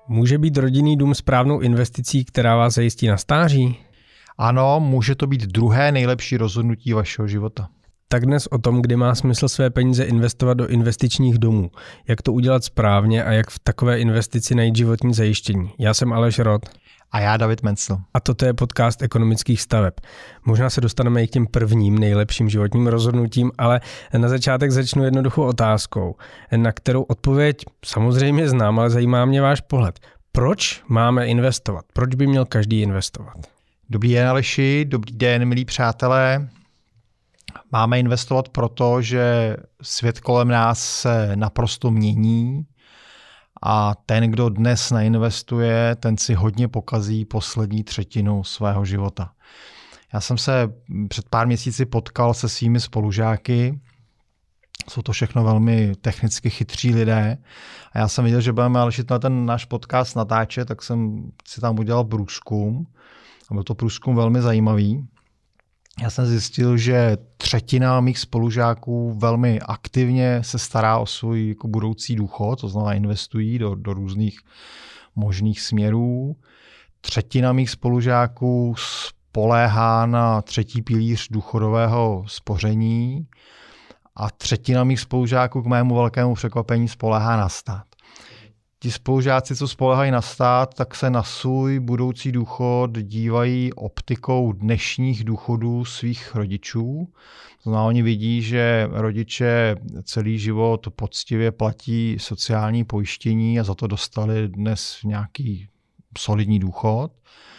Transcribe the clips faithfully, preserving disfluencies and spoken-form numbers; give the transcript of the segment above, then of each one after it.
Může být rodinný dům správnou investicí, která vás zajistí na stáří? Ano, může to být druhé nejlepší rozhodnutí vašeho života. Tak dnes o tom, kdy má smysl své peníze investovat do investičních domů, jak to udělat správně a jak v takové investici najít životní zajištění. Já jsem Aleš Rod. A já David Mencl. A toto je podcast ekonomických staveb. Možná se dostaneme i k těm prvním nejlepším životním rozhodnutím, ale na začátek začnu jednoduchou otázkou, na kterou odpověď samozřejmě znám, ale zajímá mě váš pohled. Proč máme investovat? Proč by měl každý investovat? Dobrý den, Aleši, dobrý den, milí přátelé. Máme investovat proto, že svět kolem nás se naprosto mění a ten, kdo dnes neinvestuje, ten si hodně pokazí poslední třetinu svého života. Já jsem se před pár měsíci potkal se svými spolužáky. Jsou to všechno velmi technicky chytří lidé. A já jsem viděl, že budeme Alešit na ten náš podcast natáčet, tak jsem si tam udělal průzkum. A byl to průzkum velmi zajímavý. Já jsem zjistil, že třetina mých spolužáků velmi aktivně se stará o svůj jako budoucí důchod, to znamená investují do, do různých možných směrů. Třetina mých spolužáků spoléhá na třetí pilíř důchodového spoření a třetina mých spolužáků k mému velkému překvapení spoléhá na stát. Ti spolužáci, co spoléhají na stát, tak se na svůj budoucí důchod dívají optikou dnešních důchodů svých rodičů. To znamená, oni vidí, že rodiče celý život poctivě platí sociální pojištění a za to dostali dnes nějaký solidní důchod.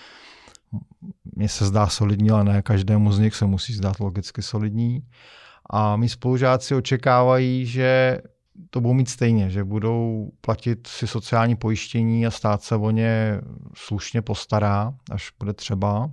Mně se zdá solidní, ale ne každému z nich se musí zdát logicky solidní. A mí spolužáci očekávají, že to budou mít stejně, že budou platit si sociální pojištění a stát se o ně slušně postará, až bude třeba.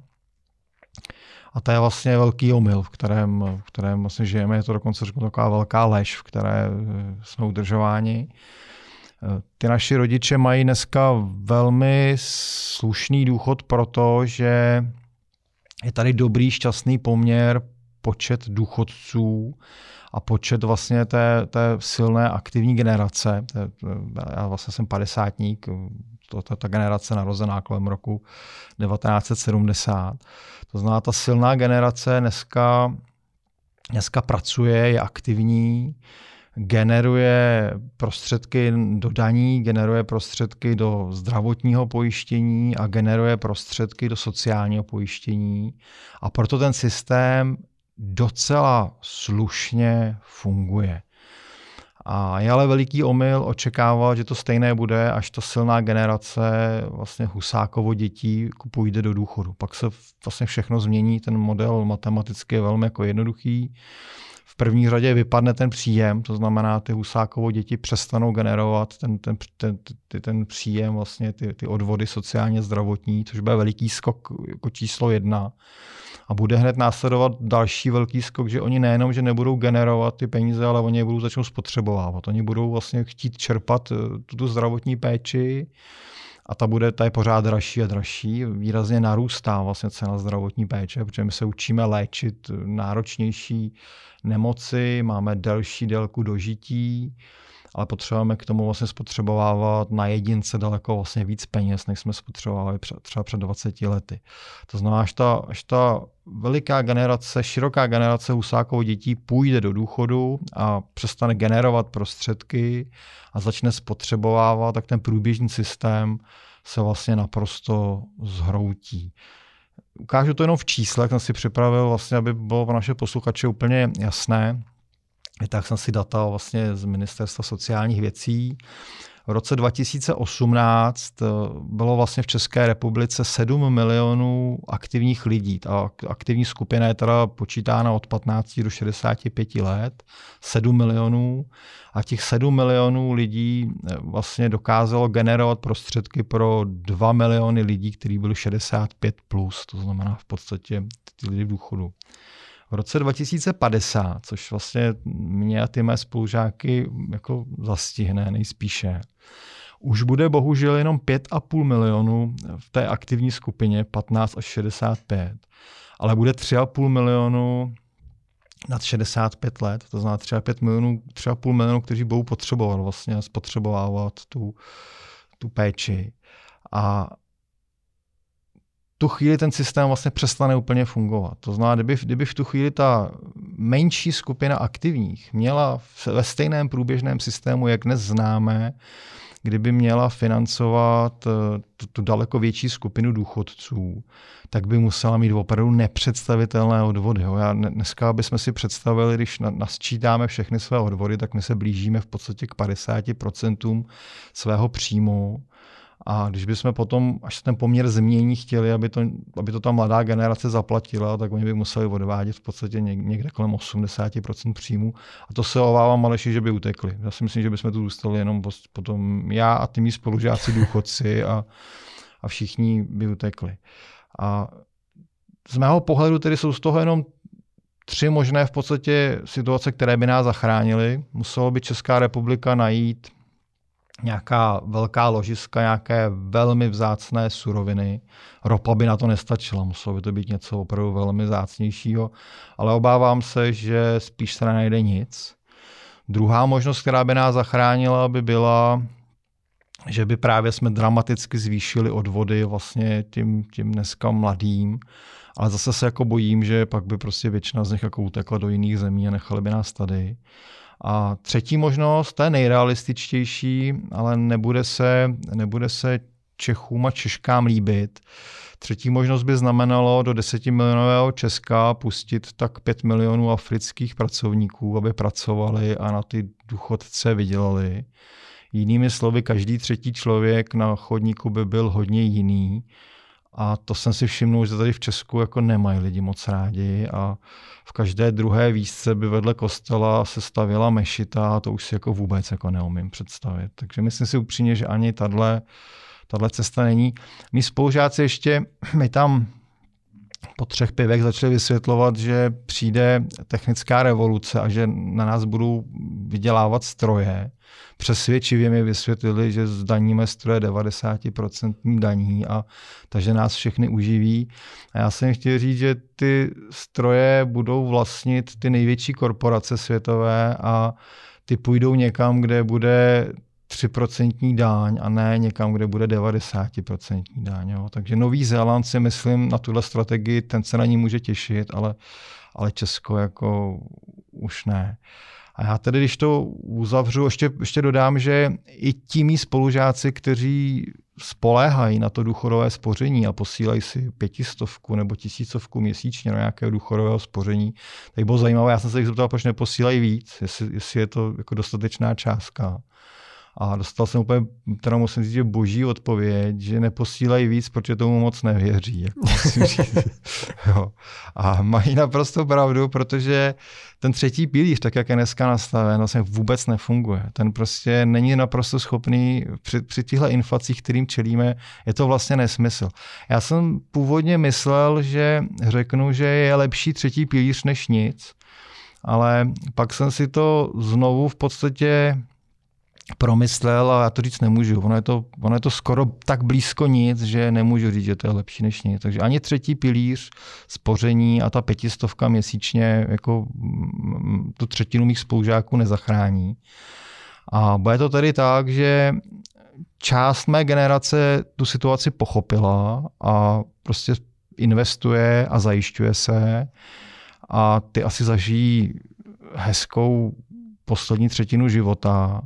A to je vlastně velký omyl, v kterém, v kterém vlastně žijeme. Je to dokonce řeknu, taková velká lež, v které jsme udržováni. Ty naši rodiče mají dneska velmi slušný důchod, protože je tady dobrý, šťastný poměr počet důchodců a počet vlastně té, té silné aktivní generace. Já vlastně jsem padesátník, to, to, ta generace narozená kolem roku devatenáct set sedmdesát. To znamená, ta silná generace dneska, dneska pracuje, je aktivní, generuje prostředky do daní, generuje prostředky do zdravotního pojištění a generuje prostředky do sociálního pojištění. A proto ten systém docela slušně funguje. A je ale veliký omyl očekávat, že to stejné bude, až ta silná generace vlastně Husákovo dětí půjde do důchodu. Pak se vlastně všechno změní, ten model matematicky je velmi jako jednoduchý. V první řadě vypadne ten příjem, to znamená, ty Husákovo děti přestanou generovat ten, ten, ten, ten, ten příjem, vlastně ty, ty odvody sociálně zdravotní, což bude veliký skok jako číslo jedna. A bude hned následovat další velký skok, že oni nejenom, že nebudou generovat ty peníze, ale oni je budou začnou spotřebovávat. Oni budou vlastně chtít čerpat tuto zdravotní péči a ta bude, ta je pořád dražší a dražší. Výrazně narůstá vlastně cena zdravotní péče, protože my se učíme léčit náročnější nemoci, máme delší délku dožití, ale potřebujeme k tomu vlastně spotřebovávat na jedince daleko vlastně víc peněz, než jsme spotřebovali třeba před dvaceti lety. To znamená, až ta, až ta veliká generace, široká generace Husákovo dětí půjde do důchodu a přestane generovat prostředky a začne spotřebovávat, tak ten průběžný systém se vlastně naprosto zhroutí. Ukážu to jenom v číslech, jsem si připravil vlastně, aby bylo pro naše posluchače úplně jasné. Tak jsem si data vlastně z Ministerstva sociálních věcí. V roce dva tisíce osmnáct bylo vlastně v České republice sedm milionů aktivních lidí. Ta aktivní skupina je teda počítána od patnácti do šedesáti pěti let. sedm milionů. A těch sedm milionů lidí vlastně dokázalo generovat prostředky pro dva miliony lidí, kteří byli šedesát pět plus. To znamená v podstatě ty lidi v důchodu. V roce dva tisíce padesát, což vlastně mě a ty mé spolužáky jako zastihne nejspíše, už bude bohužel jenom pět a půl milionu v té aktivní skupině patnáct až šedesát pět, ale bude tři a půl milionu nad šedesát pět let, to znamená tři a půl milionu, tři a půl milionu, kteří budou potřebovat vlastně spotřebovávat tu, tu péči. A tu chvíli ten systém vlastně přestane úplně fungovat. To znamená, kdyby, kdyby v tu chvíli ta menší skupina aktivních měla ve stejném průběžném systému, jak dnes známe, kdyby měla financovat tu, tu daleko větší skupinu důchodců, tak by musela mít opravdu nepředstavitelné odvody. Já dneska bychom si představili, když nasčítáme všechny své odvody, tak my se blížíme v podstatě k padesáti procentům svého příjmu. A když bychom potom, až se ten poměr změní, chtěli, aby to, aby to ta mladá generace zaplatila, tak oni by museli odvádět v podstatě někde kolem osmdesát procent příjmu. A to se obávám, Aleši, že by utekli. Já si myslím, že bychom tu zůstali jenom potom já a ty mý spolužáci, důchodci a, a všichni by utekli. A z mého pohledu tedy jsou z toho jenom tři možné v podstatě situace, které by nás zachránily. Muselo by Česká republika najít nějaká velká ložiska, nějaké velmi vzácné suroviny. Ropa by na to nestačila, muselo by to být něco opravdu velmi vzácnějšího, ale obávám se, že spíš se nenajde nic. Druhá možnost, která by nás zachránila, by byla, že by právě jsme dramaticky zvýšili odvody vlastně tím, tím dneska mladým, ale zase se jako bojím, že pak by prostě většina z nich jako utekla do jiných zemí a nechali by nás tady. A třetí možnost, to je nejrealističtější, ale nebude se, nebude se Čechům a Češkám líbit. Třetí možnost by znamenalo do desetimilionového Česka pustit tak pět milionů afrických pracovníků, aby pracovali a na ty důchodce vydělali. Jinými slovy, každý třetí člověk na chodníku by byl hodně jiný. A to jsem si všimnul, že tady v Česku jako nemají lidi moc rádi a v každé druhé výzce by vedle kostela se stavěla mešita a to už si jako vůbec jako neumím představit. Takže myslím si upřímně, že ani tahle cesta není. Mí spolužáci ještě mi tam po třech pivech začali vysvětlovat, že přijde technická revoluce a že na nás budou vydělávat stroje. Přesvědčivě mi vysvětlili, že zdaníme stroje devadesát procent daní a takže nás všechny uživí. A já jsem chtěl říct, že ty stroje budou vlastnit ty největší korporace světové a ty půjdou někam, kde bude tři procenta daň a ne někam, kde bude devadesát procent daň. Jo. Takže Nový Zéland si myslím na tuhle strategii, ten se na ní může těšit, ale, ale Česko jako už ne. A já tedy, když to uzavřu, ještě, ještě dodám, že i ti mí spolužáci, kteří spoléhají na to důchodové spoření a posílají si pětistovku nebo tisícovku měsíčně na nějakého důchodového spoření, tak bylo zajímavé, já jsem se jich zeptal, proč neposílají víc, jestli, jestli je to jako dostatečná částka. A dostal jsem úplně, teda musím říct, že boží odpověď, že neposílají víc, protože tomu moc nevěří. Jako musím říct. Jo. A mají naprosto pravdu, protože ten třetí pilíř, tak jak je dneska nastaven, vlastně vůbec nefunguje. Ten prostě není naprosto schopný při, při těchto inflacích, kterým čelíme, je to vlastně nesmysl. Já jsem původně myslel, že řeknu, že je lepší třetí pilíř než nic, ale pak jsem si to znovu v podstatě promyslel a já to říct nemůžu. Ono je to, ono je to skoro tak blízko nic, že nemůžu říct, že to je lepší než nic. Takže ani třetí pilíř, spoření a ta pětistovka měsíčně jako tu třetinu mých spolužáků nezachrání. A bude to tedy tak, že část mé generace tu situaci pochopila a prostě investuje a zajišťuje se a ty asi zažijí hezkou poslední třetinu života.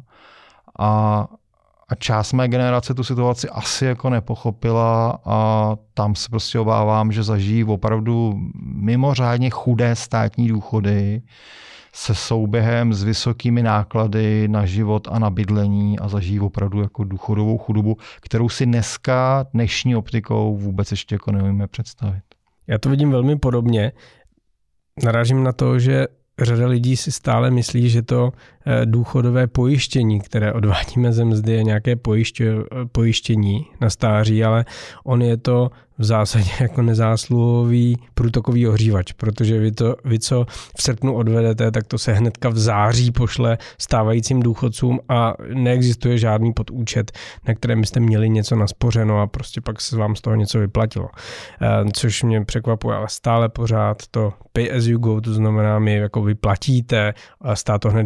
A, a část mé generace tu situaci asi jako nepochopila a tam se prostě obávám, že zažijí opravdu mimořádně chudé státní důchody se souběhem s vysokými náklady na život a na bydlení a zažijí opravdu jako důchodovou chudobu, kterou si dneska dnešní optikou vůbec ještě jako neumíme představit. Já to vidím velmi podobně. Narážím na to, že řada lidí si stále myslí, že to důchodové pojištění, které odvádíme ze mzdy, je nějaké pojištění na stáří, ale on je to v zásadě jako nezásluhový průtokový ohřívač, protože vy, to, vy co v srpnu odvedete, tak to se hnedka v září pošle stávajícím důchodcům a neexistuje žádný podúčet, na kterém byste měli něco naspořeno a prostě pak se vám z toho něco vyplatilo. Což mě překvapuje, ale stále pořád to pay as you go, to znamená, my jako vyplatíte a stát to hned vyplácí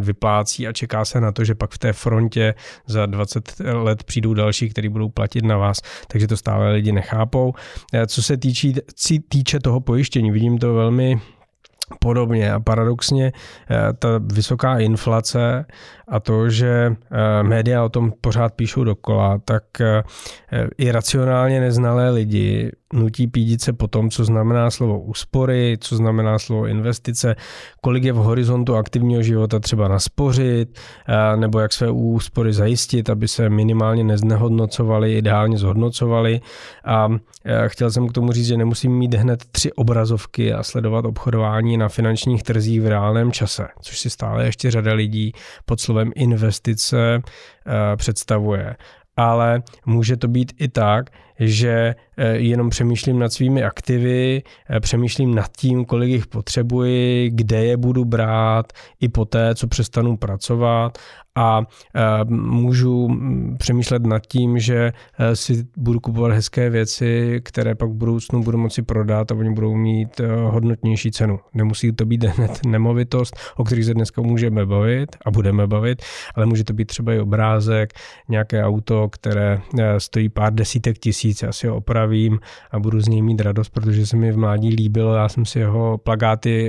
splácí a čeká se na to, že pak v té frontě za dvacet let přijdou další, kteří budou platit na vás, takže to stále lidi nechápou. Co se týče, týče toho pojištění, vidím to velmi podobně a paradoxně ta vysoká inflace a to, že média o tom pořád píšou dokola, tak i racionálně neznalé lidi nutí pídit se po tom, co znamená slovo úspory, co znamená slovo investice, kolik je v horizontu aktivního života třeba naspořit, nebo jak své úspory zajistit, aby se minimálně neznehodnocovaly, ideálně zhodnocovaly. A chtěl jsem k tomu říct, že nemusím mít hned tři obrazovky a sledovat obchodování na finančních trzích v reálném čase, což si stále ještě řada lidí pod slovem investice představuje. Ale může to být i tak, že jenom přemýšlím nad svými aktivy, přemýšlím nad tím, kolik jich potřebuji, kde je budu brát, i poté, co přestanu pracovat a můžu přemýšlet nad tím, že si budu kupovat hezké věci, které pak v budoucnu budu moci prodat a oni budou mít hodnotnější cenu. Nemusí to být hned nemovitost, o kterých se dneska můžeme bavit a budeme bavit, ale může to být třeba i obrázek, nějaké auto, které stojí pár desítek tisíc, já si ho opravím a budu z něj mít radost, protože se mi v mládí líbilo, já jsem si jeho plakáty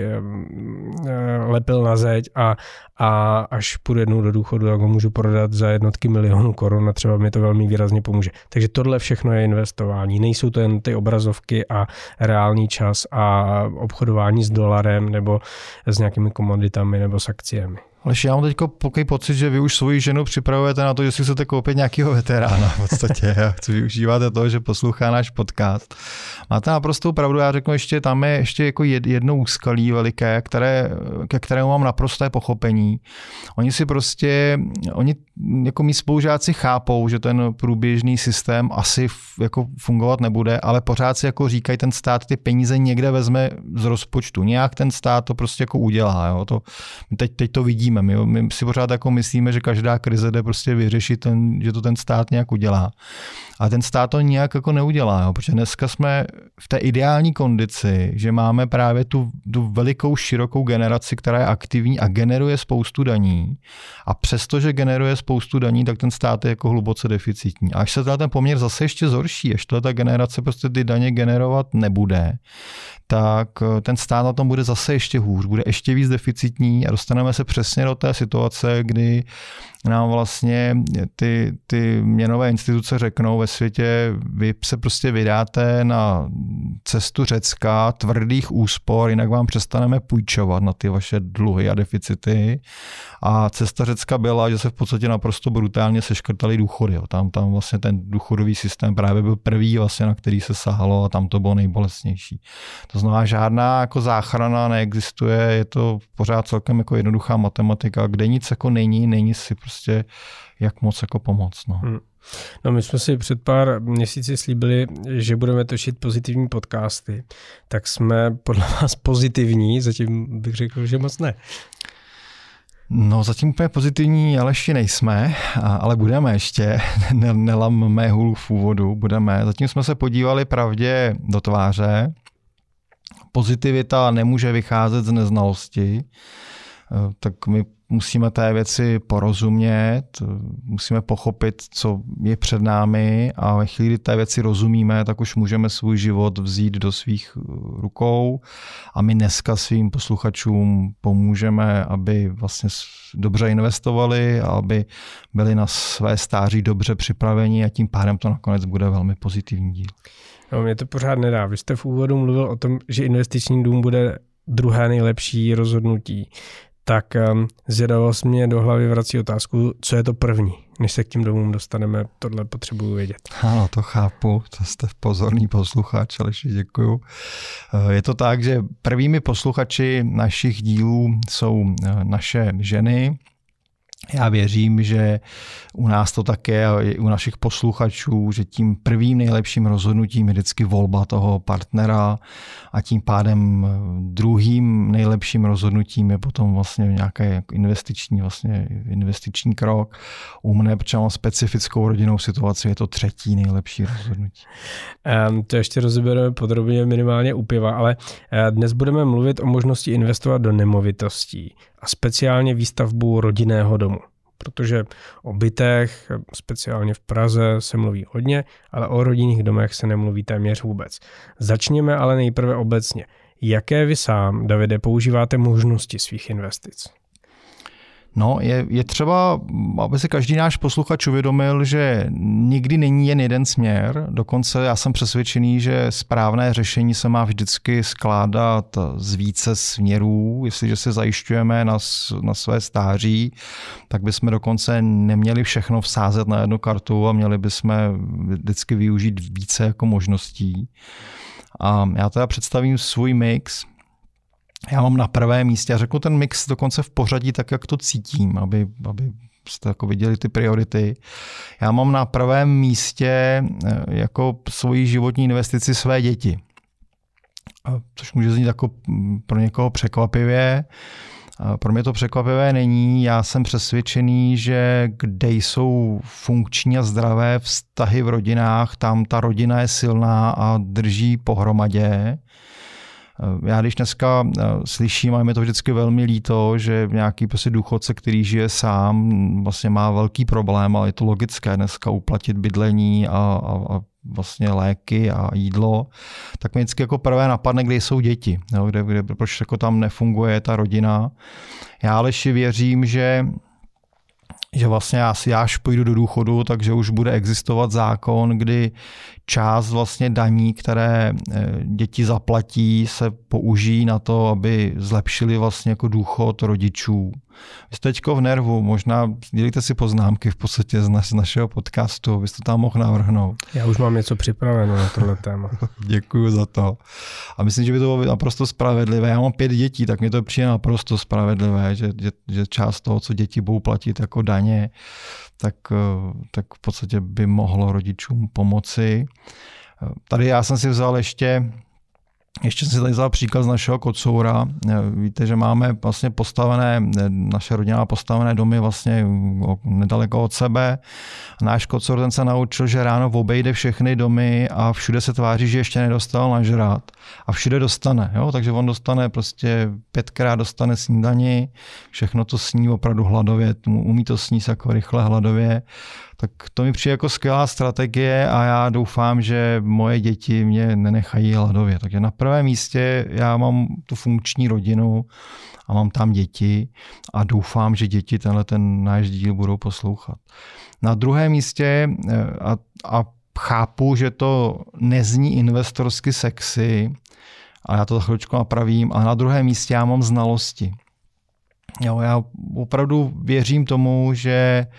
lepil na zeď a, a až půjdu jednou do důchodu, tak ho můžu prodat za jednotky milionů korun a třeba mi to velmi výrazně pomůže. Takže tohle všechno je investování. Nejsou to jen ty obrazovky a reálný čas a obchodování s dolarem nebo s nějakými komoditami nebo s akciemi. Aleš, já mám teď pokoj pocit, že vy už svoji ženu připravujete na to, že si chcete koupit nějakého veterána v podstatě. Já chci využívat toho, že poslouchá náš podcast. Máte naprostou pravdu, já řeknu, ještě tam je ještě jako jedno úskalí veliké, které, ke kterému mám naprosté pochopení. Oni si prostě, oni jako mý spolužáci chápou, že ten průběžný systém asi jako fungovat nebude, ale pořád si jako říkají, ten stát ty peníze někde vezme z rozpočtu. Nějak ten stát to prostě jako udělá. Jo? To, teď, teď to vidíme. My, my si pořád jako myslíme, že každá krize jde prostě vyřešit, ten, že to ten stát nějak udělá. Ale ten stát to nějak jako neudělá, jo? Protože dneska jsme v té ideální kondici, že máme právě tu, tu velikou, širokou generaci, která je aktivní a generuje spoustu daní. A přestože generuje spoustu daní, tak ten stát je jako hluboce deficitní. A až se ten poměr zase ještě zhorší, až ta generace prostě ty daně generovat nebude, tak ten stát na tom bude zase ještě hůř, bude ještě víc deficitní a dostaneme se přesně do té situace, kdy nám vlastně ty, ty měnové instituce řeknou ve světě, vy se prostě vydáte na cestu Řecka, tvrdých úspor, jinak vám přestaneme půjčovat na ty vaše dluhy a deficity. A cesta Řecka byla, že se v podstatě naprosto brutálně seškrtaly důchody. Jo. Tam, tam vlastně ten důchodový systém právě byl první, vlastně, na který se sahalo a tam to bylo nejbolestnější. To znamená, žádná jako záchrana neexistuje, je to pořád celkem jako jednoduchá matematika, kde nic jako není, není si prostě jak moc jako pomoct. No. Hmm. No my jsme si před pár měsíci slíbili, že budeme točit pozitivní podcasty, tak jsme podle vás pozitivní, zatím bych řekl, že moc ne. No zatím úplně pozitivní, ale ještě nejsme, ale budeme ještě, nelam mé hůl v úvodu, budeme. Zatím jsme se podívali pravdě do tváře. Pozitivita nemůže vycházet z neznalosti, tak my musíme té věci porozumět, musíme pochopit, co je před námi a ve chvíli, kdy té věci rozumíme, tak už můžeme svůj život vzít do svých rukou a my dneska svým posluchačům pomůžeme, aby vlastně dobře investovali a aby byli na své stáří dobře připraveni a tím pádem to nakonec bude velmi pozitivní díl. No, mě to pořád nedá. Vy jste v úvodu mluvil o tom, že investiční dům bude druhé nejlepší rozhodnutí. Tak um, zvědavost mě do hlavy vrací otázku, co je to první, než se k těm domům dostaneme, tohle potřebuju vědět. Ano, to chápu, to jste pozorný posluchač, Aleši, děkuju. Je to tak, že prvními posluchači našich dílů jsou naše ženy. Já věřím, že u nás to také a u našich posluchačů, že tím prvním nejlepším rozhodnutím je vždycky volba toho partnera a tím pádem druhým nejlepším rozhodnutím je potom vlastně nějaký investiční, vlastně investiční krok. U mne, protože mám specifickou rodinnou situaci, je to třetí nejlepší rozhodnutí. Um, to ještě rozebereme podrobně minimálně u piva, ale dnes budeme mluvit o možnosti investovat do nemovitostí. a speciálně výstavbu rodinného domu. Protože o bytech, speciálně v Praze, se mluví hodně, ale o rodinných domech se nemluví téměř vůbec. Začněme ale nejprve obecně. Jaké vy sám, Davide, používáte možnosti svých investic? No, je, je třeba, aby si každý náš posluchač uvědomil, že nikdy není jen jeden směr. Dokonce já jsem přesvědčený, že správné řešení se má vždycky skládat z více směrů. Jestliže se zajišťujeme na, na své stáří, tak bychom dokonce neměli všechno vsázet na jednu kartu a měli bychom vždycky využít více jako možností. A já teda představím svůj mix. Já mám na prvém místě, a řeknu ten mix dokonce v pořadí tak, jak to cítím, aby, aby jste jako viděli ty priority. Já mám na prvém místě jako svoji životní investici své děti. Což může znít jako pro někoho překvapivě. Pro mě to překvapivé není. Já jsem přesvědčený, že kde jsou funkční a zdravé vztahy v rodinách, tam ta rodina je silná a drží pohromadě. Já když dneska slyším, a je mi to vždycky velmi líto, že nějaký prostě důchodce, který žije sám, vlastně má velký problém, ale je to logické dneska uplatit bydlení a, a, a vlastně léky a jídlo, tak mi vždycky jako prvé napadne, kde jsou děti, jo, kde, kde, proč jako tam nefunguje ta rodina. Já ale věřím, že že vlastně já si až půjdu do důchodu, takže už bude existovat zákon, kdy část vlastně daní, které děti zaplatí, se použijí na to, aby zlepšili vlastně jako důchod rodičů. Vy jste teďko v nervu, možná dělíte si poznámky v podstatě z, naš, z našeho podcastu, abyste tam mohl navrhnout. Já už mám něco připraveno na tohle téma. Děkuju za to. A myslím, že by to bylo naprosto spravedlivé. Já mám pět dětí, tak mi to přijde naprosto spravedlivé, že, že, že část toho, co děti budou platit jako daně, tak, tak v podstatě by mohlo rodičům pomoci. Tady já jsem si vzal ještě Ještě jsem si tady vzal příklad z našeho kocoura. Víte, že máme vlastně postavené, naše rodina má postavené domy vlastně nedaleko od sebe. Náš kocour ten se naučil, že ráno obejde všechny domy a všude se tváří, že ještě nedostal nažrát. A všude dostane. Jo? Takže on dostane prostě pětkrát dostane snídani, všechno to sní opravdu hladově, umí to sníst jako rychle hladově. Tak to mi přijde jako skvělá strategie a já doufám, že moje děti mě nenechají hladově. Takže na prvém místě já mám tu funkční rodinu a mám tam děti a doufám, že děti tenhle ten náš díl budou poslouchat. Na druhém místě a, a chápu, že to nezní investorsky sexy, a já to za chvíličku napravím, a na druhém místě já mám znalosti. Jo, já opravdu věřím tomu, že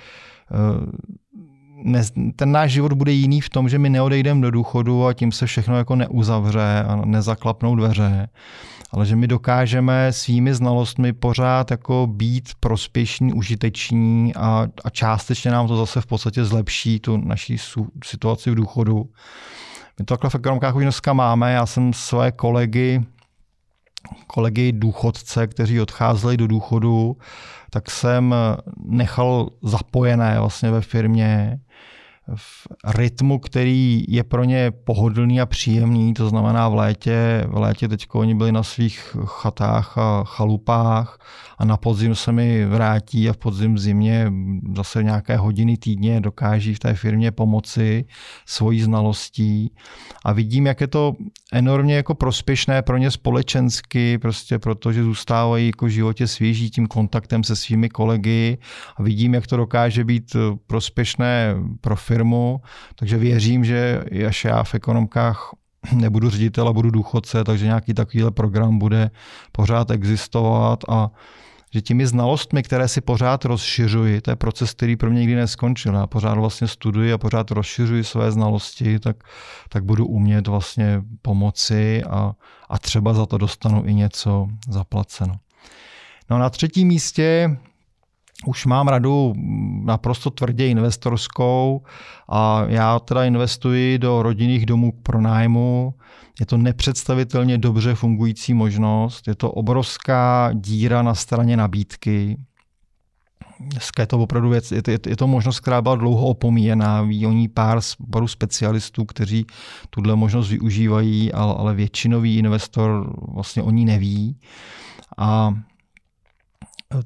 ne, ten náš život bude jiný v tom, že my neodejdeme do důchodu a tím se všechno jako neuzavře a nezaklapnou dveře, ale že my dokážeme svými znalostmi pořád jako být prospěšní, užiteční a, a částečně nám to zase v podstatě zlepší tu naší situaci v důchodu. My to takhle v ekonomkách už dneska máme. Já jsem své kolegy, kolegy důchodce, kteří odcházeli do důchodu, tak jsem nechal zapojené vlastně ve firmě v rytmu, který je pro ně pohodlný a příjemný, to znamená v létě, v létě teďko oni byli na svých chatách a chalupách a na podzim se mi vrátí a v podzim zimě zase nějaké hodiny týdně dokáží v té firmě pomoci svojí znalostí a vidím, jak je to enormně jako prospěšné pro ně společensky, prostě protože zůstávají jako v životě svěží tím kontaktem se svými kolegy a vidím, jak to dokáže být prospěšné pro firmu, takže věřím, že až já v ekonomkách nebudu ředitel a budu důchodce, takže nějaký takovýhle program bude pořád existovat a že těmi znalostmi, které si pořád rozšiřuji, to je proces, který pro mě nikdy neskončil. Já pořád vlastně studuji a pořád rozšiřuji své znalosti, tak, tak budu umět vlastně pomoci a, a třeba za to dostanu i něco zaplaceno. No na třetím místě už mám radu naprosto tvrdě investorskou a já teda investuji do rodinných domů k pronájmu. Je to nepředstavitelně dobře fungující možnost, je to obrovská díra na straně nabídky. Dneska je to opravdu věc, je to, je to možnost, která byla dlouho opomíjená. Ví o ní pár, pár specialistů, kteří tuhle možnost využívají, ale, ale většinový investor vlastně o ní neví. A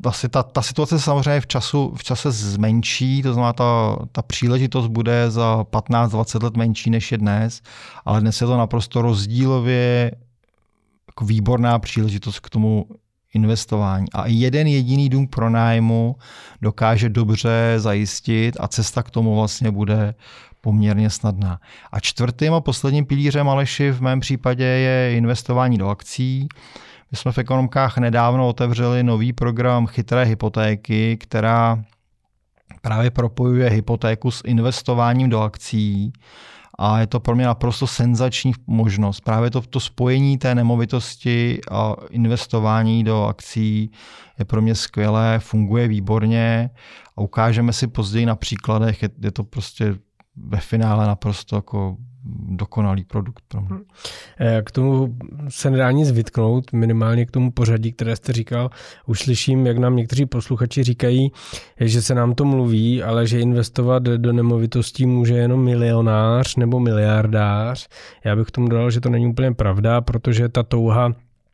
vlastně ta, ta situace se samozřejmě v, času, v čase zmenší, to znamená, ta, ta příležitost bude za patnáct dvacet let menší než je dnes, ale dnes je to naprosto rozdílově jako výborná příležitost k tomu investování. A jeden jediný dům pronájmu dokáže dobře zajistit a cesta k tomu vlastně bude poměrně snadná. A čtvrtým a posledním pilířem, Aleši, v mém případě je investování do akcí. My jsme v Ekonomkách nedávno otevřeli nový program chytré hypotéky, která právě propojuje hypotéku s investováním do akcí. A je to pro mě naprosto senzační možnost. Právě to, to spojení té nemovitosti a investování do akcí je pro mě skvělé, funguje výborně a ukážeme si později na příkladech, je, je to prostě ve finále naprosto jako dokonalý produkt pro mě. K tomu se nedá nic vytknout, minimálně k tomu pořadí, které jste říkal. Už slyším, jak nám někteří posluchači říkají, že se nám to mluví, ale že investovat do nemovitostí může jenom milionář nebo miliardář. Já bych k tomu dodal, že to není úplně pravda, protože ta touha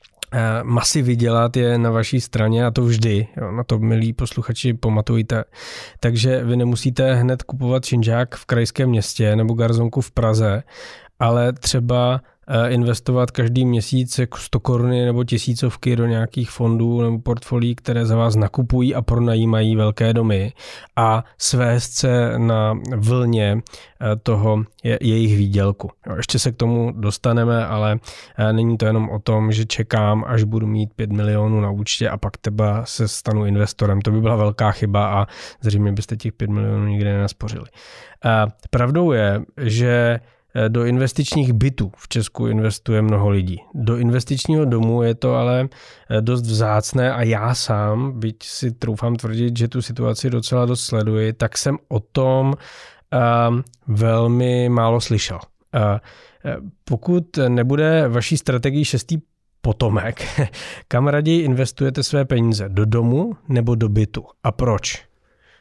masy vydělat je na vaší straně a to vždy. Jo, na to, milí posluchači, pamatujte. Takže vy nemusíte hned kupovat činžák v krajském městě nebo garzonku v Praze, ale třeba investovat každý měsíc jako sto koruny nebo tisícovky do nějakých fondů nebo portfolií, které za vás nakupují a pronajímají velké domy a svést se na vlně toho jejich výdělku. Jo, ještě se k tomu dostaneme, ale není to jenom o tom, že čekám, až budu mít pět milionů na účtě a pak teba se stanu investorem. To by byla velká chyba a zřejmě byste těch pět milionů nikdy nenaspořili. Pravdou je, že do investičních bytů v Česku investuje mnoho lidí. Do investičního domu je to ale dost vzácné a já sám, byť si troufám tvrdit, že tu situaci docela dost sleduji, tak jsem o tom uh, velmi málo slyšel. Uh, pokud nebude vaší strategií šestý potomek, kam raději investujete své peníze? Do domu nebo do bytu? A proč?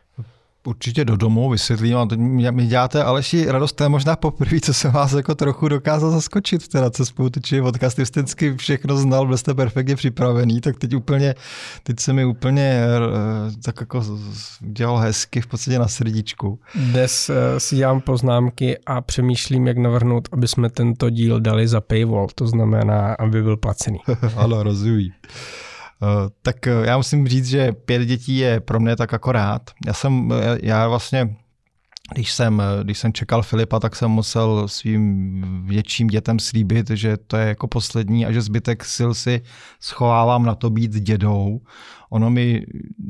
Určitě do domu, vysvětlím, a mi děláte, Aleši, radost, to je možná poprvé, co jsem vás jako trochu dokázal zaskočit, teda, co spolu točí podcasty, jste vždycky všechno znal, byl jste perfektně připravený, tak teď úplně, teď se mi úplně tak jako dělal hezky v podstatě na srdíčku. Dnes si dělám poznámky a přemýšlím, jak navrhnout, aby jsme tento díl dali za paywall, to znamená, aby byl placený. Ano, rozumím. Uh, tak já musím říct, že pět dětí je pro mě tak akorát. Já jsem, já vlastně, když jsem, když jsem čekal Filipa, tak jsem musel svým větším dětem slíbit, že to je jako poslední a že zbytek sil si schovávám na to být dědou. Ono mi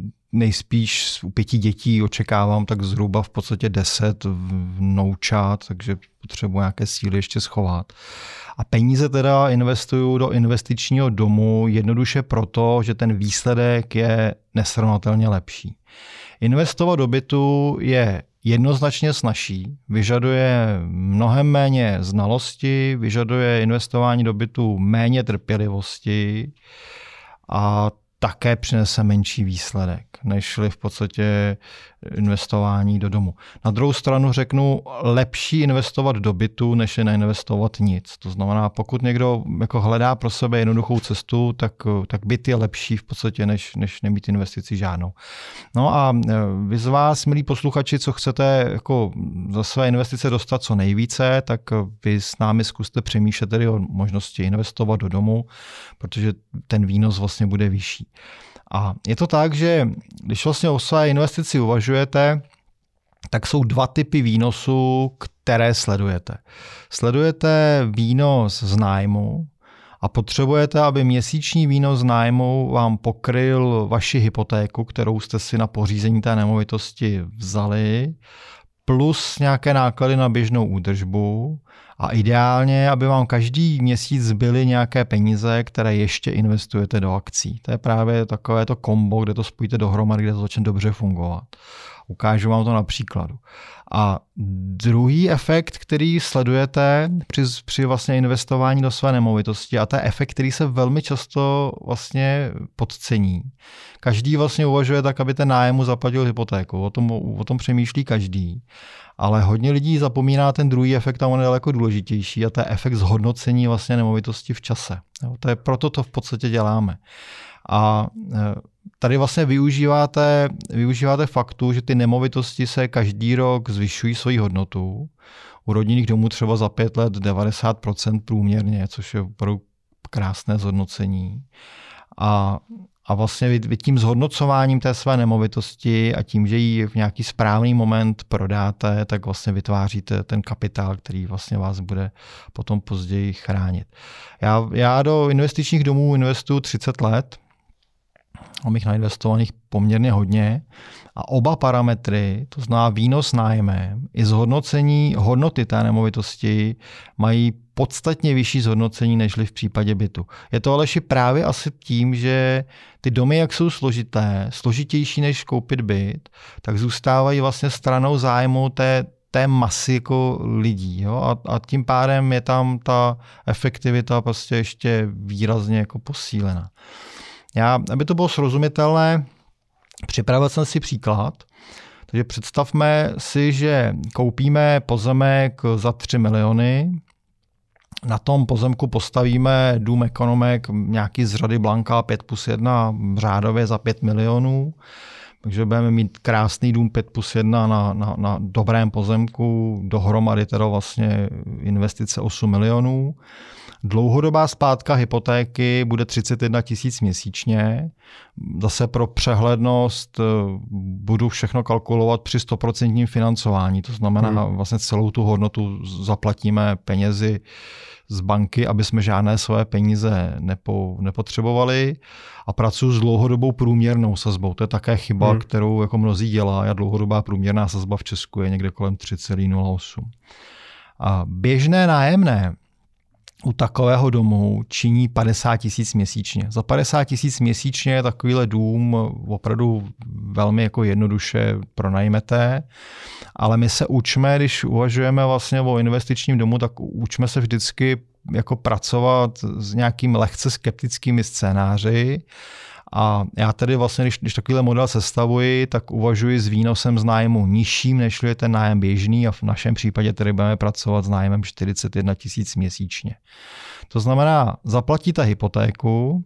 nejspíš u pěti dětí očekávám tak zhruba v podstatě deset vnoučat, takže potřebuji nějaké síly ještě schovat. A peníze teda investuju do investičního domu jednoduše proto, že ten výsledek je nesrovnatelně lepší. Investovat do bytu je jednoznačně snazší, vyžaduje mnohem méně znalosti, vyžaduje investování do bytu méně trpělivosti a také přinese menší výsledek, nežli v podstatě investování do domu. Na druhou stranu řeknu, lepší investovat do bytu, než je neinvestovat nic. To znamená, pokud někdo jako hledá pro sebe jednoduchou cestu, tak, tak byt je lepší v podstatě, než, než nemít investici žádnou. No a vy z vás, milí posluchači, co chcete jako za své investice dostat co nejvíce, tak vy s námi zkuste přemýšlet tedy o možnosti investovat do domu, protože ten výnos vlastně bude vyšší. A je to tak, že když vlastně o své investici uvažujete, tak jsou dva typy výnosů, které sledujete. Sledujete výnos z nájmu a potřebujete, aby měsíční výnos z nájmu vám pokryl vaši hypotéku, kterou jste si na pořízení té nemovitosti vzali, plus nějaké náklady na běžnou údržbu a ideálně, aby vám každý měsíc zbyly nějaké peníze, které ještě investujete do akcí. To je právě takové to kombo, kde to spojíte dohromady, kde to začne dobře fungovat. Ukážu vám to na příkladu. A druhý efekt, který sledujete při, při vlastně investování do své nemovitosti, a to je efekt, který se velmi často vlastně podcení. Každý vlastně uvažuje tak, aby ten nájmu zaplatil hypotéku. O tom, o tom přemýšlí každý. Ale hodně lidí zapomíná ten druhý efekt a on je daleko důležitější a to je efekt zhodnocení vlastně nemovitosti v čase. Jo, to je proto to v podstatě děláme. A tady vlastně využíváte, využíváte faktu, že ty nemovitosti se každý rok zvyšují svoji hodnotu. U rodinných domů třeba za pět let devadesát procent průměrně, což je opravdu krásné zhodnocení. A, a vlastně vy, vy tím zhodnocováním té své nemovitosti a tím, že ji v nějaký správný moment prodáte, tak vlastně vytváříte ten kapitál, který vlastně vás bude potom později chránit. Já, já do investičních domů investuju třicet let, mám jich nainvestovaných poměrně hodně a oba parametry, to znamená výnos nájmem i zhodnocení hodnoty té nemovitosti, mají podstatně vyšší zhodnocení nežli v případě bytu. Je to ale právě asi tím, že ty domy, jak jsou složité, složitější než koupit byt, tak zůstávají vlastně stranou zájmu té, té masy jako lidí. Jo? A, a tím pádem je tam ta efektivita prostě ještě výrazně jako posílena. Já, aby to bylo srozumitelné, připravil jsem si příklad. Takže představme si, že koupíme pozemek za tři miliony, na tom pozemku postavíme dům ekonomek nějaký z řady Blanka pět plus jedna řádově za pět milionů. Takže budeme mít krásný dům pět plus jedna na, na, na dobrém pozemku, dohromady teda vlastně investice osm milionů. Dlouhodobá splátka hypotéky bude třicet jedna tisíc měsíčně. Zase pro přehlednost budu všechno kalkulovat při sto procent financování. To znamená, hmm. vlastně celou tu hodnotu zaplatíme penězi z banky, aby jsme žádné své peníze nepo, nepotřebovali. A pracuji s dlouhodobou průměrnou sazbou. To je také chyba, hmm. kterou jako mnozí dělá. A dlouhodobá průměrná sazba v Česku je někde kolem tři celá nula osm. A běžné nájemné u takového domu činí padesát tisíc měsíčně. Za padesát tisíc měsíčně takovýhle dům opravdu velmi jako jednoduše pronajmete, ale my se učme, když uvažujeme vlastně o investičním domu, tak učme se vždycky jako pracovat s nějakými lehce skeptickými scénáři. A já tedy vlastně, když, když takovýhle model sestavuji, tak uvažuji s výnosem z nájmu nižším, než je ten nájem běžný a v našem případě tedy budeme pracovat s nájmem čtyřicet jedna tisíc měsíčně. To znamená, zaplatíte hypotéku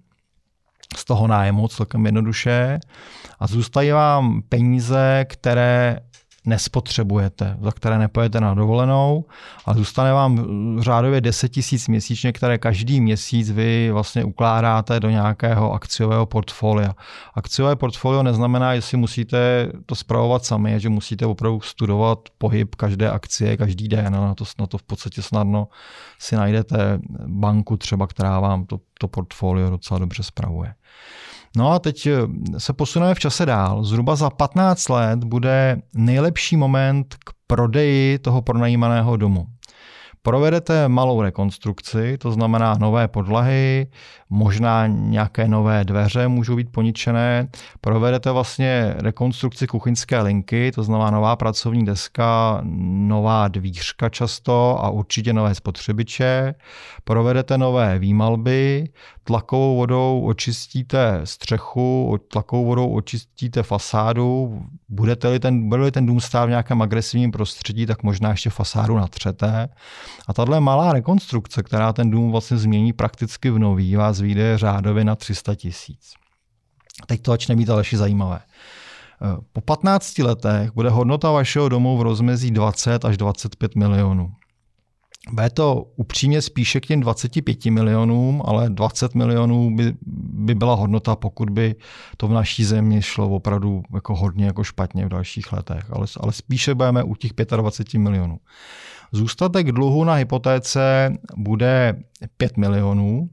z toho nájmu celkem jednoduše a zůstají vám peníze, které nespotřebujete, za které nepojete na dovolenou, ale zůstane vám řádově deset tisíc měsíčně, které každý měsíc vy vlastně ukládáte do nějakého akciového portfolia. Akciové portfolio neznamená, že si musíte to spravovat sami, že musíte opravdu studovat pohyb každé akcie každý den. Na to, na to v podstatě snadno si najdete banku třeba, která vám to, to portfolio docela dobře spravuje. No a teď se posuneme v čase dál. Zhruba za patnáct let bude nejlepší moment k prodeji toho pronajímaného domu. Provedete malou rekonstrukci, to znamená nové podlahy, možná nějaké nové dveře můžou být poničené. Provedete vlastně rekonstrukci kuchyňské linky, to znamená nová pracovní deska, nová dvířka často a určitě nové spotřebiče. Provedete nové výmalby, tlakovou vodou očistíte střechu, tlakovou vodou očistíte fasádu. Budete-li ten, bude-li ten dům stát v nějakém agresivním prostředí, tak možná ještě fasádu natřete. A tahle malá rekonstrukce, která ten dům vlastně změní prakticky v nový, vás vyjde řádově na tři sta tisíc. Teď to začne být ale zajímavé. Po patnácti letech bude hodnota vašeho domu v rozmezí dvacet až dvacet pět milionů. Bude to upřímně spíše k těm dvaceti pěti milionům, ale dvacet milionů by, by byla hodnota, pokud by to v naší zemi šlo opravdu jako hodně jako špatně v dalších letech. Ale, ale spíše budeme u těch dvaceti pěti milionů. Zůstatek dluhu na hypotéce bude pět milionů.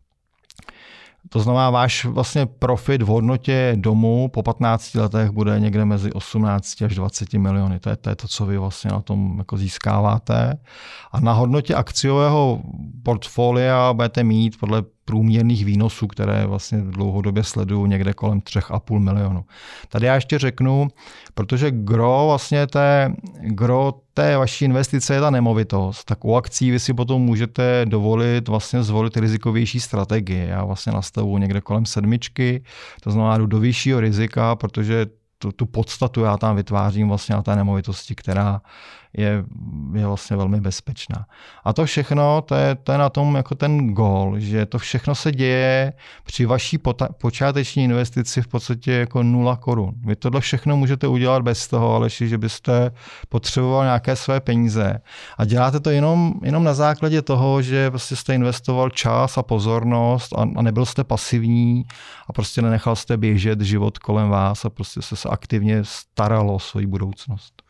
To znamená, váš vlastně profit v hodnotě domu po patnácti letech bude někde mezi osmnácti až dvaceti miliony. To je, to je to, co vy vlastně na tom jako získáváte. A na hodnotě akciového portfolia budete mít podle průměrných výnosů, které vlastně dlouhodobě sleduju někde kolem tři a půl milionu. Tady já ještě řeknu, protože gro vlastně té, gro té vaší investice je ta nemovitost, tak u akcí vy si potom můžete dovolit vlastně zvolit rizikovější strategii. Já vlastně nastavuju někde kolem sedmičky, to znamená jdu do vyššího rizika, protože tu, tu podstatu já tam vytvářím vlastně na té nemovitosti, která je, je vlastně velmi bezpečná. A to všechno, to je, to je na tom jako ten gól, že to všechno se děje při vaší pota- počáteční investici v podstatě jako nula korun. Vy tohle všechno můžete udělat bez toho, Aleši, že byste potřeboval nějaké své peníze. A děláte to jenom, jenom na základě toho, že prostě jste investoval čas a pozornost a, a nebyl jste pasivní a prostě nenechal jste běžet život kolem vás a prostě se, se aktivně staralo o svou budoucnost.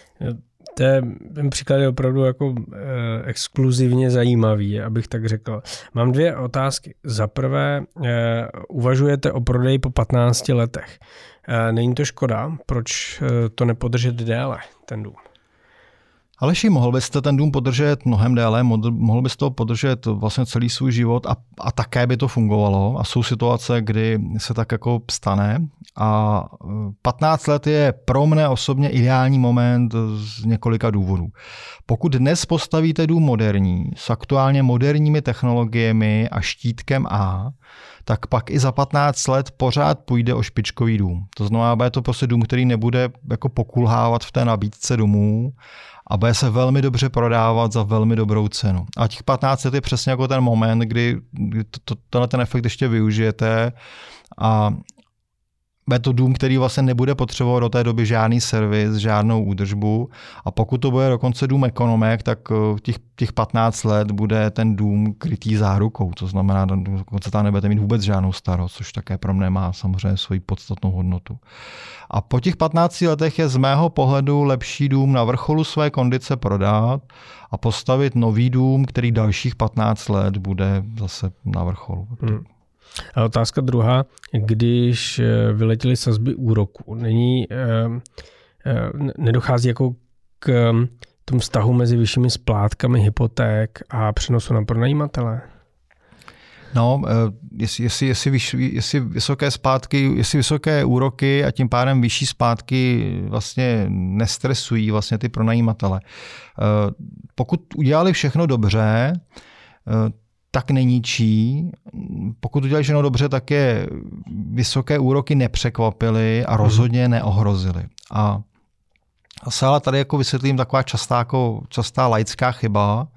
Ten příklad je opravdu jako eh, exkluzivně zajímavý, abych tak řekl. Mám dvě otázky. Za prvé, eh, uvažujete o prodeji po patnácti letech. Eh, není to škoda? Proč eh, to nepodržet déle, ten dům? Aleši, mohl byste ten dům podržet mnohem déle, mohl byste to podržet vlastně celý svůj život a, a také by to fungovalo. A jsou situace, kdy se tak jako stane. A patnáct let je pro mne osobně ideální moment z několika důvodů. Pokud dnes postavíte dům moderní, s aktuálně moderními technologiemi a štítkem A, tak pak i za patnáct let pořád půjde o špičkový dům. To znamená, bude to prostě dům, který nebude jako pokulhávat v té nabídce domů a bude se velmi dobře prodávat za velmi dobrou cenu. A těch patnáct let je přesně jako ten moment, kdy, kdy to, to, tenhle ten efekt ještě využijete a bude to dům, který vlastně nebude potřebovat do té doby žádný servis, žádnou údržbu a pokud to bude dokonce dům ekonomek, tak těch, těch patnáct let bude ten dům krytý zárukou. To znamená, dokonce tam nebudete mít vůbec žádnou starost, což také pro mě má samozřejmě svoji podstatnou hodnotu. A po těch patnácti letech je z mého pohledu lepší dům na vrcholu své kondice prodat a postavit nový dům, který dalších patnáct let bude zase na vrcholu. Hmm. A otázka druhá, když vyletěly sazby úroku, není, nedochází jako k tomu vztahu mezi vyššími splátkami hypoték a přenosu na pronajímatele? No, jestli, jestli, jestli, vyš, jestli vysoké splátky, jestli vysoké úroky a tím pádem vyšší splátky vlastně nestresují vlastně ty pronajímatele. Pokud udělali všechno dobře, tak neničí. Pokud udělali všechno dobře, tak je vysoké úroky nepřekvapily a rozhodně neohrozily. A se ale tady jako vysvětlím taková častá, jako, častá laická chyba.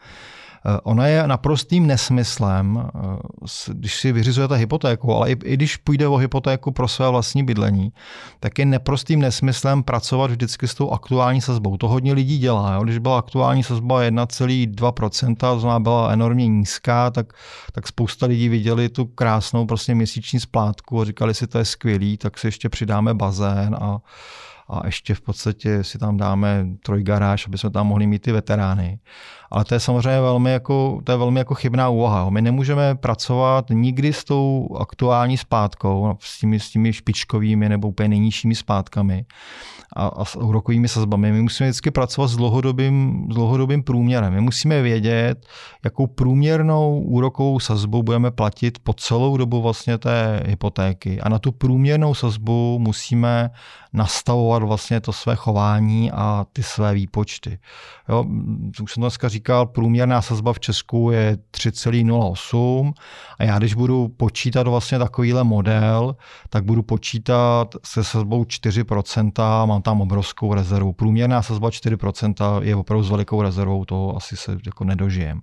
Ona je naprostým nesmyslem, když si vyřizujete hypotéku, ale i, i když půjde o hypotéku pro své vlastní bydlení, tak je naprostým nesmyslem pracovat vždycky s tou aktuální sazbou. To hodně lidí dělá. Jo? Když byla aktuální sazba jedna celá dva procenta, to znamená byla enormně nízká, tak, tak spousta lidí viděli tu krásnou prostě měsíční splátku a říkali si, to je skvělý, tak si ještě přidáme bazén a a ještě v podstatě si tam dáme trojgaráž, aby jsme tam mohli mít ty veterány. Ale to je samozřejmě velmi jako, to je velmi jako chybná úvaha. My nemůžeme pracovat nikdy s tou aktuální splátkou, s těmi, s těmi špičkovými nebo úplně nejnižšími splátkami a, a s úrokovými sazbami. My musíme vždycky pracovat s dlouhodobým, s dlouhodobým průměrem. My musíme vědět, jakou průměrnou úrokovou sazbu budeme platit po celou dobu vlastně té hypotéky. A na tu průměrnou sazbu musíme nastavovat vlastně to své chování a ty své výpočty. Jo, už jsem dneska říkal, průměrná sazba v Česku je tři celá nula osm a já když budu počítat vlastně takovýhle model, tak budu počítat se sazbou čtyři procenta, mám tam obrovskou rezervu. Průměrná sazba čtyři procenta je opravdu s velikou rezervou, to asi se jako nedožijem.